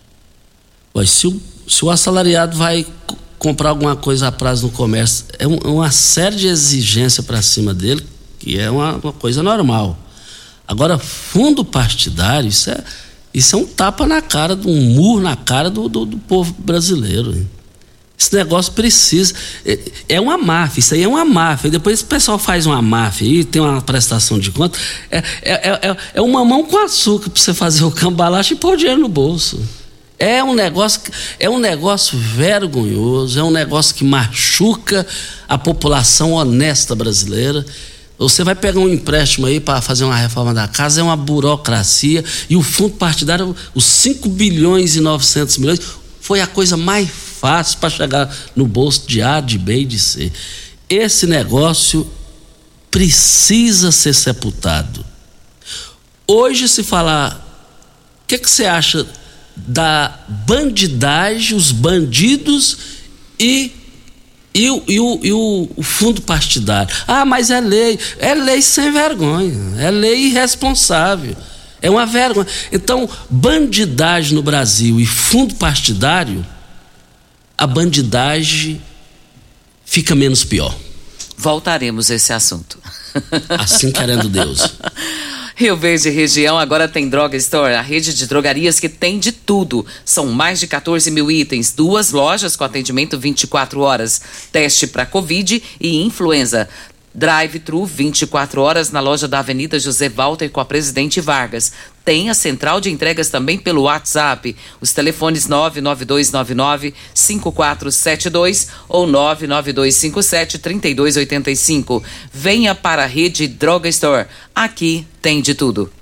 Mas se o Se o assalariado vai comprar alguma coisa a prazo no comércio, é um, uma série de exigências para cima dele, que é uma, uma coisa normal. Agora, fundo partidário, isso é, isso é um tapa na cara, um murro na cara do, do, do povo brasileiro. Hein? Esse negócio precisa. É, é uma máfia, isso aí é uma máfia. E depois o pessoal faz uma máfia e tem uma prestação de conta. É, é, é, é uma mão com açúcar para você fazer o cambalacho e pôr dinheiro no bolso. É um negócio, é um negócio vergonhoso, é um negócio que machuca a população honesta brasileira. Você vai pegar um empréstimo aí para fazer uma reforma da casa, é uma burocracia, e o fundo partidário, os cinco bilhões e novecentos milhões, foi a coisa mais fácil para chegar no bolso de A, de B e de C. Esse negócio precisa ser sepultado. Hoje, se falar, o que, que você acha da bandidagem, os bandidos e, e, e, o, e o, o fundo partidário? Ah, mas é lei, é lei sem vergonha, é lei irresponsável, é uma vergonha. Então, bandidagem no Brasil e fundo partidário, a bandidagem fica menos pior. Voltaremos a esse assunto. Assim querendo Deus. Rio Verde região agora tem Droga Store, a rede de drogarias que tem de tudo. São mais de catorze mil itens, duas lojas com atendimento vinte e quatro horas, teste para Covid e influenza. Drive-thru vinte e quatro horas na loja da Avenida José Walter com a Presidente Vargas. Tem a central de entregas também pelo WhatsApp. Os telefones nove nove dois nove nove cinco quatro sete dois ou nove nove dois cinco sete três dois oito cinco. Venha para a rede Droga Store. Aqui tem de tudo.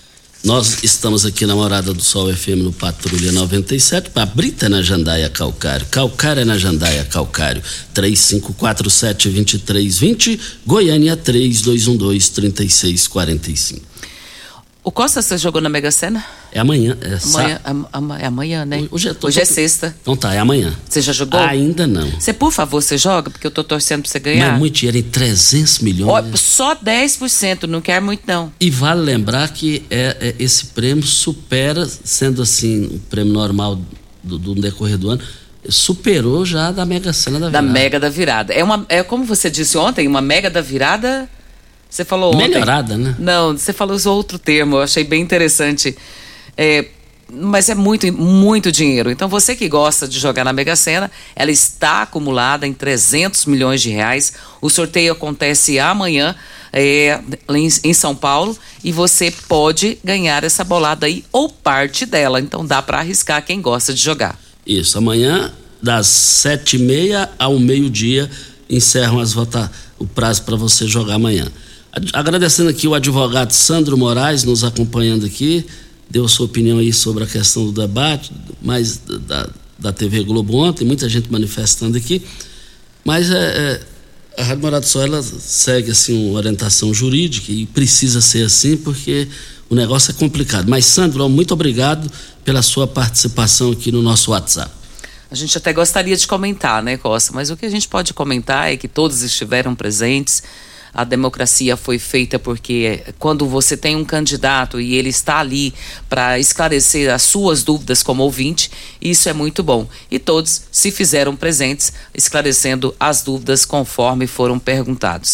Nós estamos aqui na Morada do Sol F M no Patrulha noventa e sete, para Brita na Jandaia Calcário, Calcário é na Jandaia Calcário, três cinco quatro sete dois três dois zero, Goiânia três dois um dois três seis quatro cinco. O Costa, você jogou na Mega Sena? É amanhã. É amanhã, a, a, é amanhã, né? Hoje é, tô, Hoje é tô, sexta. Então tá, é amanhã. Você já jogou? Ainda não. Você, por favor, você joga? Porque eu tô torcendo pra você ganhar. Mas muito dinheiro, em trezentos milhões. Ó, só dez por cento, não quer muito não. E vale lembrar que é, é, esse prêmio supera, sendo assim, o prêmio normal do, do decorrer do ano, superou já da Mega Sena da virada. Da Mega da Virada. É, uma, é como você disse ontem, uma Mega da Virada... Você falou ontem. Melhorada, né? Não, você falou outro termo, eu achei bem interessante. É, mas é muito, muito dinheiro. Então você que gosta de jogar na Mega Sena, ela está acumulada em trezentos milhões de reais. O sorteio acontece amanhã é, em, em São Paulo e você pode ganhar essa bolada aí ou parte dela. Então dá para arriscar quem gosta de jogar. Isso, amanhã das sete e meia ao meio-dia encerram as vota- o prazo para você jogar amanhã. Agradecendo aqui o advogado Sandro Moraes nos acompanhando aqui, deu sua opinião aí sobre a questão do debate, mais da, da T V Globo ontem, muita gente manifestando aqui, mas é, é, a Rádio Morada do Sol ela segue assim uma orientação jurídica e precisa ser assim porque o negócio é complicado. Mas Sandro, muito obrigado pela sua participação aqui no nosso WhatsApp. A gente até gostaria de comentar, né, Costa? Mas o que a gente pode comentar é que todos estiveram presentes. A democracia foi feita porque quando você tem um candidato e ele está ali para esclarecer as suas dúvidas como ouvinte, isso é muito bom. E todos se fizeram presentes, esclarecendo as dúvidas conforme foram perguntados.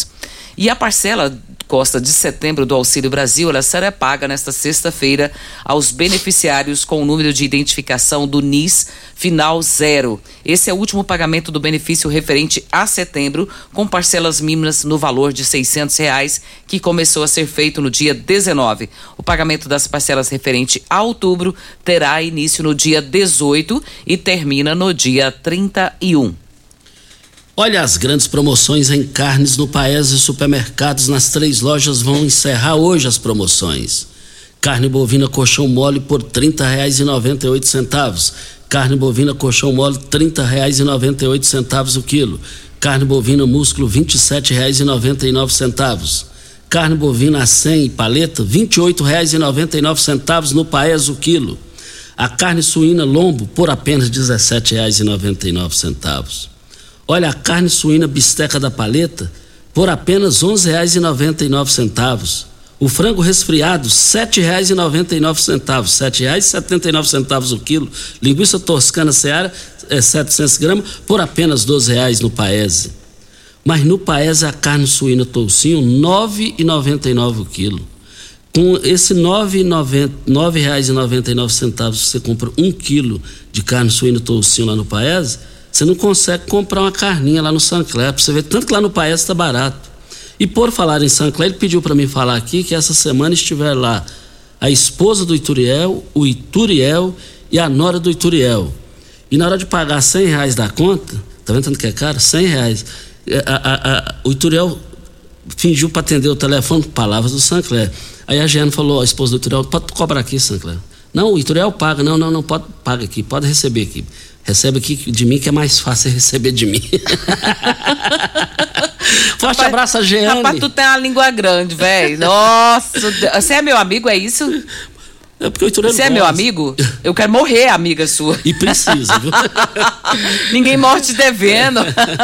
E a parcela, Costa, de setembro do Auxílio Brasil, ela será paga nesta sexta-feira aos beneficiários com o número de identificação do N I S final zero. Esse é o último pagamento do benefício referente a setembro, com parcelas mínimas no valor de seiscentos reais, que começou a ser feito no dia dezenove. O pagamento das parcelas referente a outubro terá início no dia dezoito e termina no dia trinta e um. Olha, as grandes promoções em carnes no Paes e supermercados nas três lojas vão encerrar hoje as promoções. Carne bovina colchão mole por trinta reais e noventa e oito centavos. Carne bovina colchão mole trinta reais e noventa e oito centavos o quilo. Carne bovina músculo vinte e sete reais e noventa e nove centavos. Carne bovina a cem e paleta vinte e oito reais e noventa e nove centavos no Paes o quilo. A carne suína lombo por apenas dezessete reais e noventa e nove centavos. Olha, a carne suína bisteca da paleta por apenas onze reais e noventa e nove centavos. O frango resfriado sete reais e noventa e nove centavos, sete reais e setenta e nove centavos o quilo. Linguiça toscana Seara é setecentos gramas por apenas doze reais no Paese. Mas no Paese a carne suína toucinho nove reais e noventa e nove o quilo. Com esse nove reais e noventa e nove centavos você compra um quilo de carne suína toucinho lá no Paese. Você não consegue comprar uma carninha lá no Sancler, pra você ver, tanto que lá no Paes está barato. E por falar em Sancler, ele pediu para mim falar aqui que essa semana estiver lá a esposa do Ituriel, o Ituriel e a nora do Ituriel. E na hora de pagar cem reais da conta, tá vendo tanto que é caro? cem reais. A, a, a, o Ituriel fingiu para atender o telefone, palavras do Sancler. Aí a Jeane falou, a esposa do Ituriel, pode cobrar aqui, Sancler. Não, o Ituriel paga, não, não, não, pode, paga aqui, pode receber aqui. Recebe aqui de mim, que é mais fácil receber de mim. Forte rapaz, abraço a Jeane. Rapaz, tu tem uma língua grande, velho. Nossa, você é meu amigo, é isso? É porque o Ituriel Você é meu amigo? Eu quero morrer, amiga sua. E precisa, viu? Ninguém morre te devendo.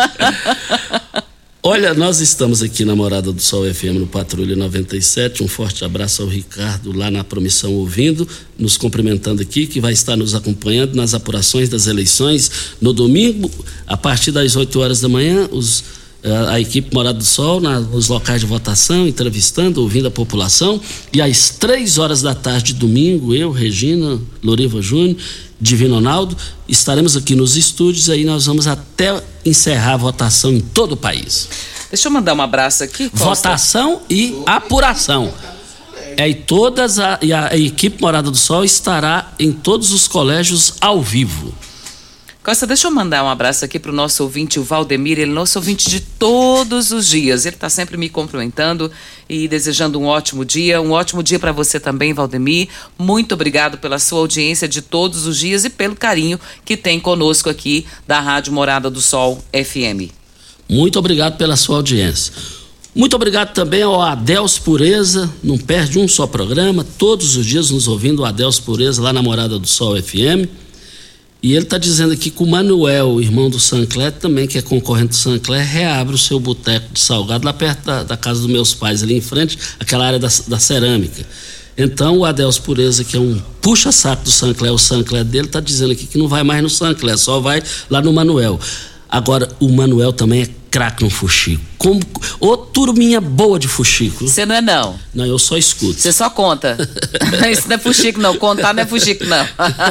Olha, nós estamos aqui na Morada do Sol F M no Patrulha noventa e sete. Um forte abraço ao Ricardo lá na Promissão ouvindo, nos cumprimentando aqui, que vai estar nos acompanhando nas apurações das eleições no domingo, a partir das oito horas da manhã, os, a, a equipe Morada do Sol na, nos locais de votação, entrevistando, ouvindo a população, e às três horas da tarde de domingo, eu, Regina, Loriva Júnior, Divino Ronaldo, estaremos aqui nos estúdios, aí nós vamos até encerrar a votação em todo o país. Deixa eu mandar um abraço aqui, Costa. Votação e apuração. É, e todas a, e a, a equipe Morada do Sol estará em todos os colégios ao vivo. Costa, deixa eu mandar um abraço aqui para o nosso ouvinte, o Valdemir, ele é nosso ouvinte de todos os dias. Ele está sempre me cumprimentando e desejando um ótimo dia. Um ótimo dia para você também, Valdemir. Muito obrigado pela sua audiência de todos os dias e pelo carinho que tem conosco aqui da Rádio Morada do Sol F M. Muito obrigado pela sua audiência. Muito obrigado também ao Adelso Pureza, não perde um só programa, todos os dias nos ouvindo, o Adelso Pureza lá na Morada do Sol F M. E ele está dizendo aqui que o Manuel, irmão do Sancler, também que é concorrente do Sancler, reabre o seu boteco de salgado lá perto da, da casa dos meus pais, ali em frente, aquela área da, da cerâmica. Então o Adelso Pureza, que é um puxa-saco do Sancler, o Sancler dele, está dizendo aqui que não vai mais no Sancler, só vai lá no Manuel. Agora, o Manuel também é craque no fuxico. Como, ô turminha boa de fuxico. Você não é não? Não, eu só escuto. Você só conta. Isso não é fuxico não, contar não é fuxico não.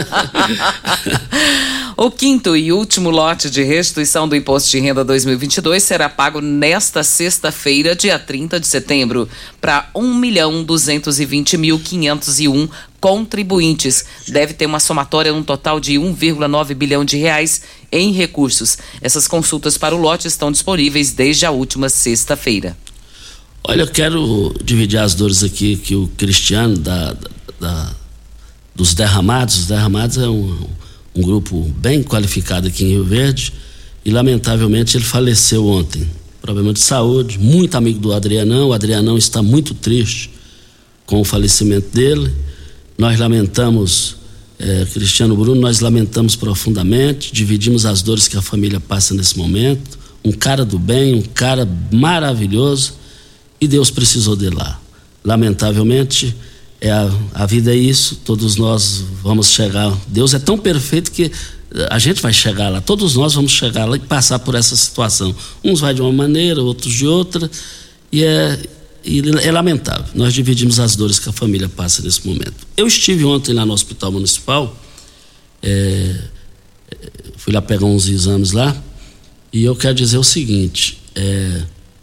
O quinto e último lote de restituição do Imposto de Renda dois mil e vinte e dois será pago nesta sexta-feira, dia trinta de setembro, para um milhão duzentos e vinte mil quinhentos e um contribuintes. Deve ter uma somatória num total de um vírgula nove bilhão de reais em recursos. Essas consultas para o lote estão disponíveis desde a última sexta-feira. Olha, eu quero dividir as dores aqui que o Cristiano da, da, da, dos derramados, os derramados é um, um grupo bem qualificado aqui em Rio Verde e lamentavelmente ele faleceu ontem. Problema de saúde, muito amigo do Adrianão, o Adrianão está muito triste com o falecimento dele. Nós lamentamos, eh, Cristiano Bruno, nós lamentamos profundamente, dividimos as dores que a família passa nesse momento. Um cara do bem, um cara maravilhoso, e Deus precisou dele lá. Lamentavelmente, é a, a vida é isso, todos nós vamos chegar. Deus é tão perfeito que a gente vai chegar lá, todos nós vamos chegar lá e passar por essa situação. Uns vai de uma maneira, outros de outra, E é, e é lamentável. Nós dividimos as dores que a família passa nesse momento. Eu estive ontem lá no Hospital Municipal, é, fui lá pegar uns exames lá, e eu quero dizer o seguinte, é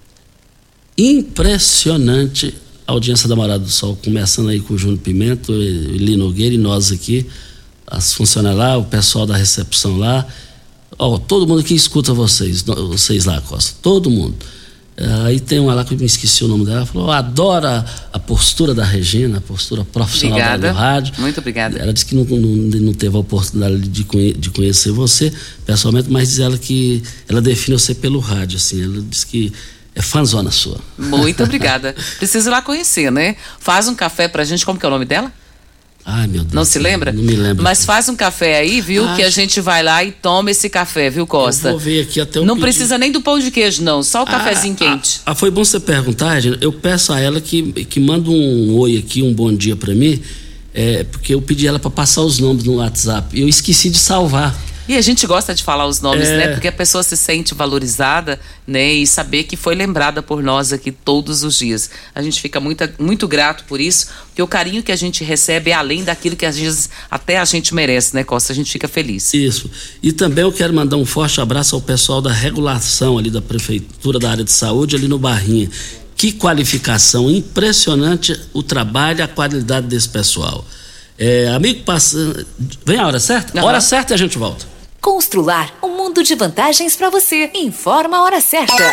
impressionante a audiência da Morada do Sol, começando aí com o Júnior Pimento, Eli Nogueira e nós aqui, as funcionárias lá, o pessoal da recepção lá, ó, todo mundo que escuta vocês, vocês lá, Costa, todo mundo. Aí tem uma lá que eu me esqueci o nome dela, falou, adora a postura da Regina, a postura profissional obrigada. do rádio. Muito obrigada. Ela disse que não, não, não teve a oportunidade de, conhe, de conhecer você pessoalmente, mas diz ela que ela define você pelo rádio, assim, ela disse que é fãzona sua. Muito obrigada. Precisa ir lá conhecer, né? Faz um café pra gente, como que é o nome dela? Ai, meu Deus. Não se lembra? Não me lembro. Mas faz um café aí, viu? Ah, que a gente vai lá e toma esse café, viu, Costa? Eu vou ver aqui até o Não pedido. Precisa nem do pão de queijo, não. Só o cafezinho ah, quente. Ah, foi bom você perguntar, Regina. Eu peço a ela que, que manda um oi aqui, um bom dia pra mim, é, porque eu pedi ela pra passar os nomes no WhatsApp. E eu esqueci de salvar. E a gente gosta de falar os nomes, é... né? Porque a pessoa se sente valorizada, né? E saber que foi lembrada por nós aqui todos os dias. A gente fica muito, muito grato por isso, porque o carinho que a gente recebe é além daquilo que às vezes até a gente merece, né, Costa? A gente fica feliz. Isso. E também eu quero mandar um forte abraço ao pessoal da regulação ali da Prefeitura da área de saúde, ali no Barrinha. Que qualificação, impressionante o trabalho, a qualidade desse pessoal. É, amigo, passa... vem a hora certa? Uhum. Hora certa e a gente volta. Constrular um mundo de vantagens para você. Informa a hora certa.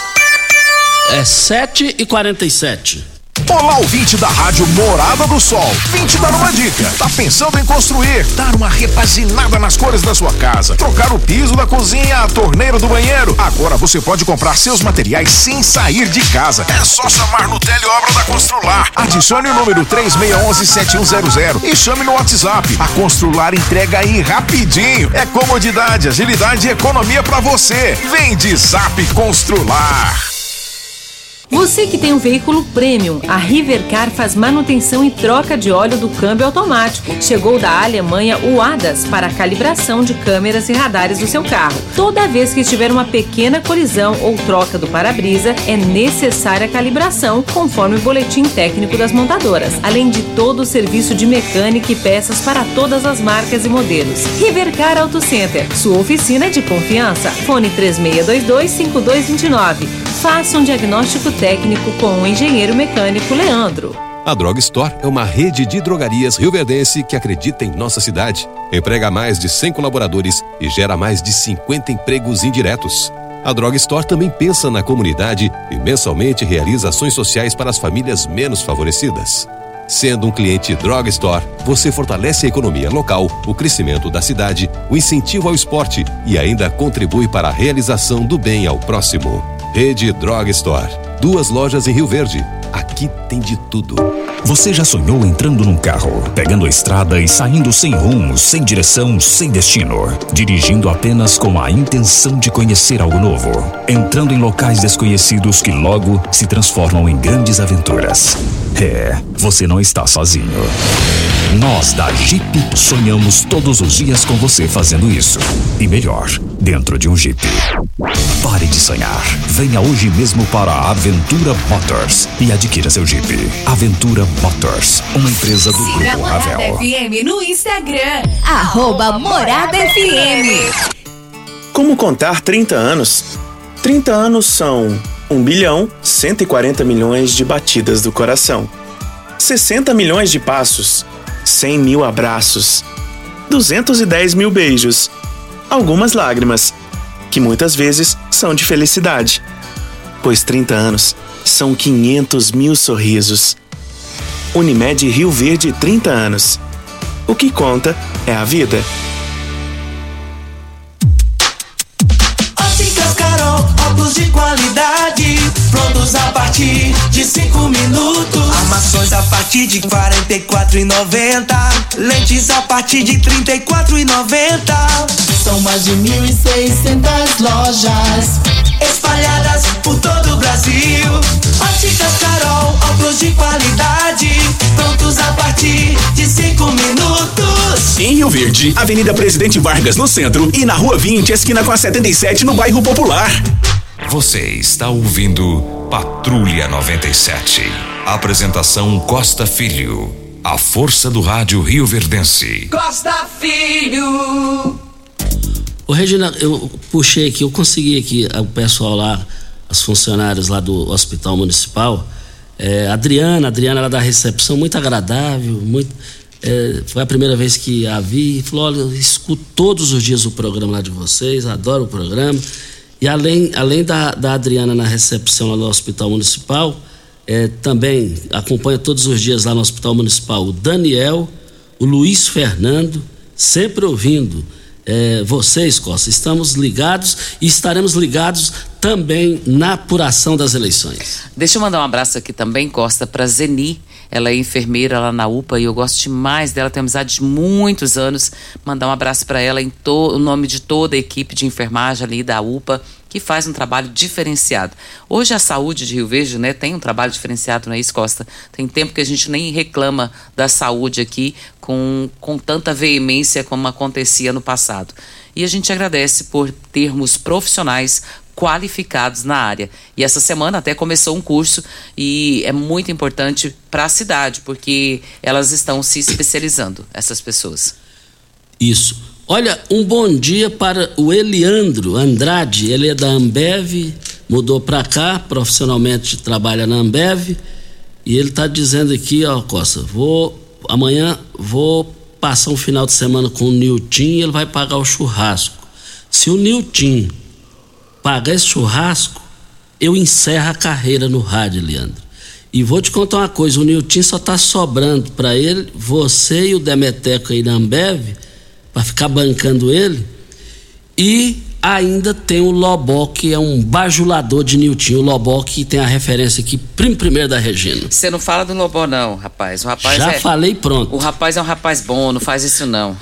É sete e quarenta e sete. Olá, ouvinte da Rádio Morada do Sol. Vim te dar uma dica. Tá pensando em construir, dar uma repaginada nas cores da sua casa, trocar o piso da cozinha, a torneira do banheiro? Agora você pode comprar seus materiais sem sair de casa. É só chamar no Teleobra da Constrular. Adicione o número três seis um um sete um zero zero e chame no WhatsApp. A Constrular entrega aí rapidinho. É comodidade, agilidade e economia pra você. Vem de Zap Constrular. Você que tem um veículo premium, a Rivercar faz manutenção e troca de óleo do câmbio automático. Chegou da Alemanha o A D A S para a calibração de câmeras e radares do seu carro. Toda vez que tiver uma pequena colisão ou troca do para-brisa, é necessária a calibração, conforme o boletim técnico das montadoras, além de todo o serviço de mecânica e peças para todas as marcas e modelos. Rivercar Auto Center, sua oficina de confiança. Fone três seis dois dois, cinco dois dois nove. Faça um diagnóstico técnico com o engenheiro mecânico Leandro. A Drog Store é uma rede de drogarias rioverdense que acredita em nossa cidade. Emprega mais de cem colaboradores e gera mais de cinquenta empregos indiretos. A Drog Store também pensa na comunidade e mensalmente realiza ações sociais para as famílias menos favorecidas. Sendo um cliente Drog Store, você fortalece a economia local, o crescimento da cidade, o incentivo ao esporte e ainda contribui para a realização do bem ao próximo. Rede Drog Store. Duas lojas em Rio Verde. Aqui tem de tudo. Você já sonhou entrando num carro, pegando a estrada e saindo sem rumo, sem direção, sem destino, dirigindo apenas com a intenção de conhecer algo novo, entrando em locais desconhecidos que logo se transformam em grandes aventuras? É, você não está sozinho. Nós da Jeep sonhamos todos os dias com você fazendo isso. E melhor, dentro de um Jeep. Pare de sonhar. Venha hoje mesmo para a Aventura Motors e adquira seu Jeep. Aventura Motors, uma empresa do Siga Grupo Morada Ravel. F M no Instagram, arroba Morada F M. Como contar trinta anos? trinta anos são um bilhão, cento e quarenta milhões de batidas do coração, sessenta milhões de passos, cem mil abraços, duzentos e dez mil beijos, algumas lágrimas, que muitas vezes são de felicidade, pois trinta anos são quinhentos mil sorrisos. Unimed Rio Verde, trinta anos. O que conta é a vida. Óticas Carol, óculos de qualidade, prontos a partir de cinco minutos. Armações a partir de quarenta e quatro reais e noventa centavos. Lentes a partir de trinta e quatro reais e noventa centavos. São mais de mil e seiscentas lojas espalhadas por todo o Brasil. Óticas Carol, óculos de qualidade, prontos a partir de cinco minutos. Em Rio Verde, Avenida Presidente Vargas no centro e na Rua vinte, esquina com a setenta e sete no bairro Popular. Você está ouvindo Patrulha noventa e sete. Apresentação Costa Filho. A força do rádio rioverdense. Costa Filho. Ô Regina, eu puxei aqui, eu consegui aqui o pessoal lá, as funcionárias lá do Hospital Municipal. É, Adriana, Adriana ela da recepção, muito agradável, muito, é, foi a primeira vez que a vi, falou, olha, eu escuto todos os dias o programa lá de vocês, adoro o programa. E além, além da, da Adriana na recepção lá do Hospital Municipal, é, também acompanha todos os dias lá no Hospital Municipal o Daniel, o Luiz Fernando, sempre ouvindo. É, vocês, Costa, estamos ligados e estaremos ligados também na apuração das eleições. Deixa eu mandar um abraço aqui também, Costa, para Zeni. Ela é enfermeira lá na U P A e eu gosto demais dela, tenho amizade de muitos anos. Mandar um abraço para ela em to- nome de toda a equipe de enfermagem ali da U P A, que faz um trabalho diferenciado. Hoje a saúde de Rio Verde, né, tem um trabalho diferenciado, não é isso, Costa? Tem tempo que a gente nem reclama da saúde aqui com, com tanta veemência como acontecia no passado. E a gente agradece por termos profissionais qualificados na área. E essa semana até começou um curso e é muito importante para a cidade, porque elas estão se especializando, essas pessoas. Isso. Olha, um bom dia para o Eliandro Andrade, ele é da Ambev, mudou para cá, profissionalmente trabalha na Ambev, e ele está dizendo aqui, ó, Costa, vou, amanhã vou passar um final de semana com o Nilton e ele vai pagar o churrasco. Se o Nilton pagar esse churrasco, eu encerro a carreira no rádio, Leandro. E vou te contar uma coisa, o Nilton só tá sobrando para ele, você e o Demeteco aí na Ambev, para ficar bancando ele, e ainda tem o Lobó, que é um bajulador de Nilton, o Lobó que tem a referência aqui, primo primeiro da Regina. Você não fala do Lobó não, rapaz. O rapaz Já é... falei, pronto. O rapaz é um rapaz bom, não faz isso não.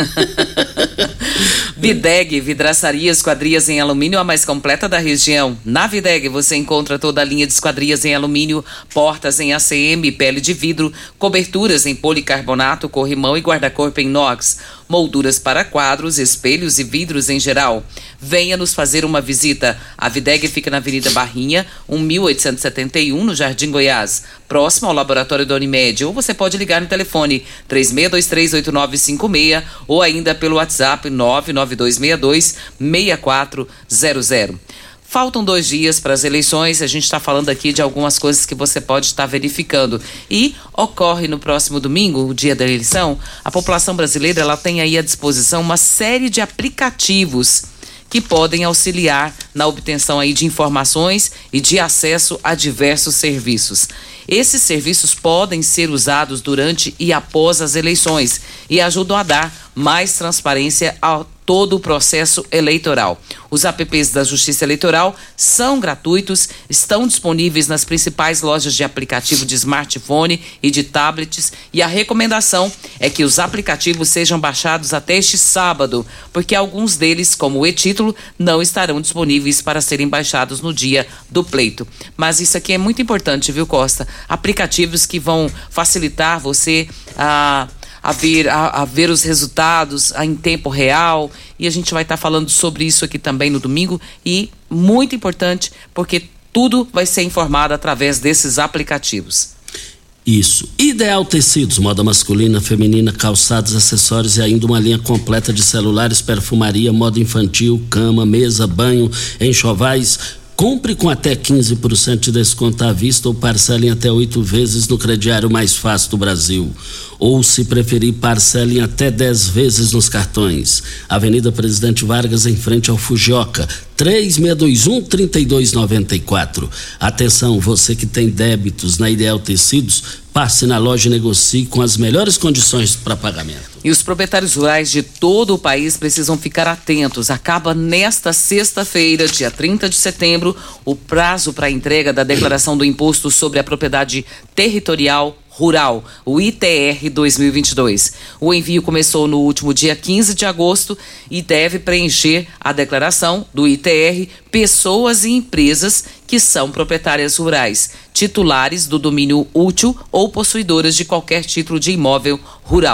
Videg, vidraçaria, esquadrias em alumínio, a mais completa da região. Na Videg você encontra toda a linha de esquadrias em alumínio, portas em A C M, pele de vidro, coberturas em policarbonato, corrimão e guarda-corpo em inox, molduras para quadros, espelhos e vidros em geral. Venha nos fazer uma visita. A Videg fica na Avenida Barrinha, mil oitocentos e setenta e um, no Jardim Goiás, próximo ao laboratório da Unimed. Ou você pode ligar no telefone três seis dois três oito nove cinco seis ou ainda pelo WhatsApp nove nove dois seis dois seis quatro zero zero. Faltam dois dias para as eleições, a gente está falando aqui de algumas coisas que você pode estar verificando. E ocorre no próximo domingo, o dia da eleição, a população brasileira ela tem aí à disposição uma série de aplicativos que podem auxiliar na obtenção aí de informações e de acesso a diversos serviços. Esses serviços podem ser usados durante e após as eleições e ajudam a dar mais transparência a todo o processo eleitoral. Os apps da Justiça Eleitoral são gratuitos, estão disponíveis nas principais lojas de aplicativo de smartphone e de tablets, e a recomendação é que os aplicativos sejam baixados até este sábado, porque alguns deles, como o e-título, não estarão disponíveis para serem baixados no dia do pleito. Mas isso aqui é muito importante, viu, Costa? Aplicativos que vão facilitar você a... A ver, a, a ver os resultados a, em tempo real, e a gente vai estar tá falando sobre isso aqui também no domingo, e muito importante porque tudo vai ser informado através desses aplicativos. Isso. Ideal Tecidos, moda masculina, feminina, calçados, acessórios e ainda uma linha completa de celulares, perfumaria, moda infantil, cama, mesa, banho, enxovais. Compre com até quinze por cento de desconto à vista ou parcelem até oito vezes no crediário mais fácil do Brasil. Ou, se preferir, parcelem até dez vezes nos cartões. Avenida Presidente Vargas, em frente ao Fujioka, três seis dois um, três dois nove quatro. Atenção, você que tem débitos na Ideal Tecidos, passe na loja e negocie com as melhores condições para pagamento. E os proprietários rurais de todo o país precisam ficar atentos. Acaba nesta sexta-feira, dia trinta de setembro, o prazo para a entrega da declaração do Imposto sobre a Propriedade Territorial Rural, o I T R dois mil e vinte e dois. O envio começou no último dia quinze de agosto e deve preencher a declaração do I T R pessoas e empresas que são proprietárias rurais, titulares do domínio útil ou possuidoras de qualquer título de imóvel rural.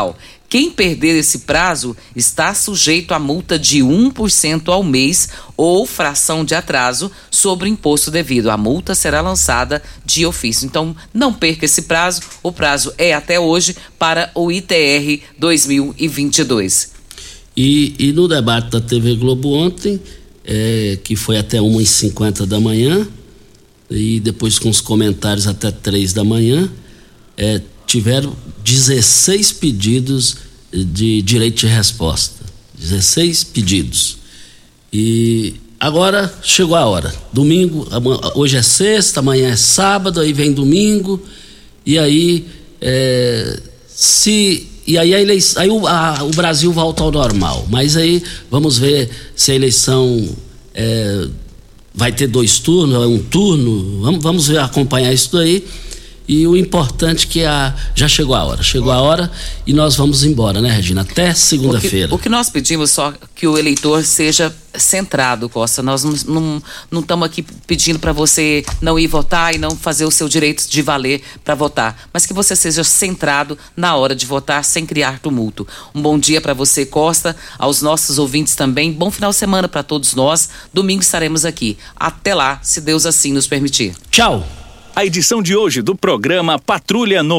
Quem perder esse prazo está sujeito a multa de um por cento ao mês ou fração de atraso sobre o imposto devido. A multa será lançada de ofício. Então, não perca esse prazo. O prazo é até hoje para o I T R dois mil e vinte e dois. E, e no debate da T V Globo ontem, é, que foi até uma e cinquenta da manhã, e depois com os comentários até três da manhã, é, tiveram dezesseis pedidos de direito de resposta. dezesseis pedidos. E agora chegou a hora. Domingo, hoje é sexta, amanhã é sábado, aí vem domingo, e aí é, se e aí, a eleição, aí o, a, o Brasil volta ao normal. Mas aí vamos ver se a eleição é, vai ter dois turnos, um turno. Vamos, vamos ver, acompanhar isso daí. E o importante é que a, já chegou a hora, chegou a hora e nós vamos embora, né, Regina? Até segunda-feira. O que, o que nós pedimos só que o eleitor seja centrado, Costa. Nós não estamos aqui pedindo para você não ir votar e não fazer o seu direito de valer para votar, mas que você seja centrado na hora de votar sem criar tumulto. Um bom dia para você, Costa, aos nossos ouvintes também. Bom final de semana para todos nós. Domingo estaremos aqui. Até lá, se Deus assim nos permitir. Tchau. A edição de hoje do programa Patrulha no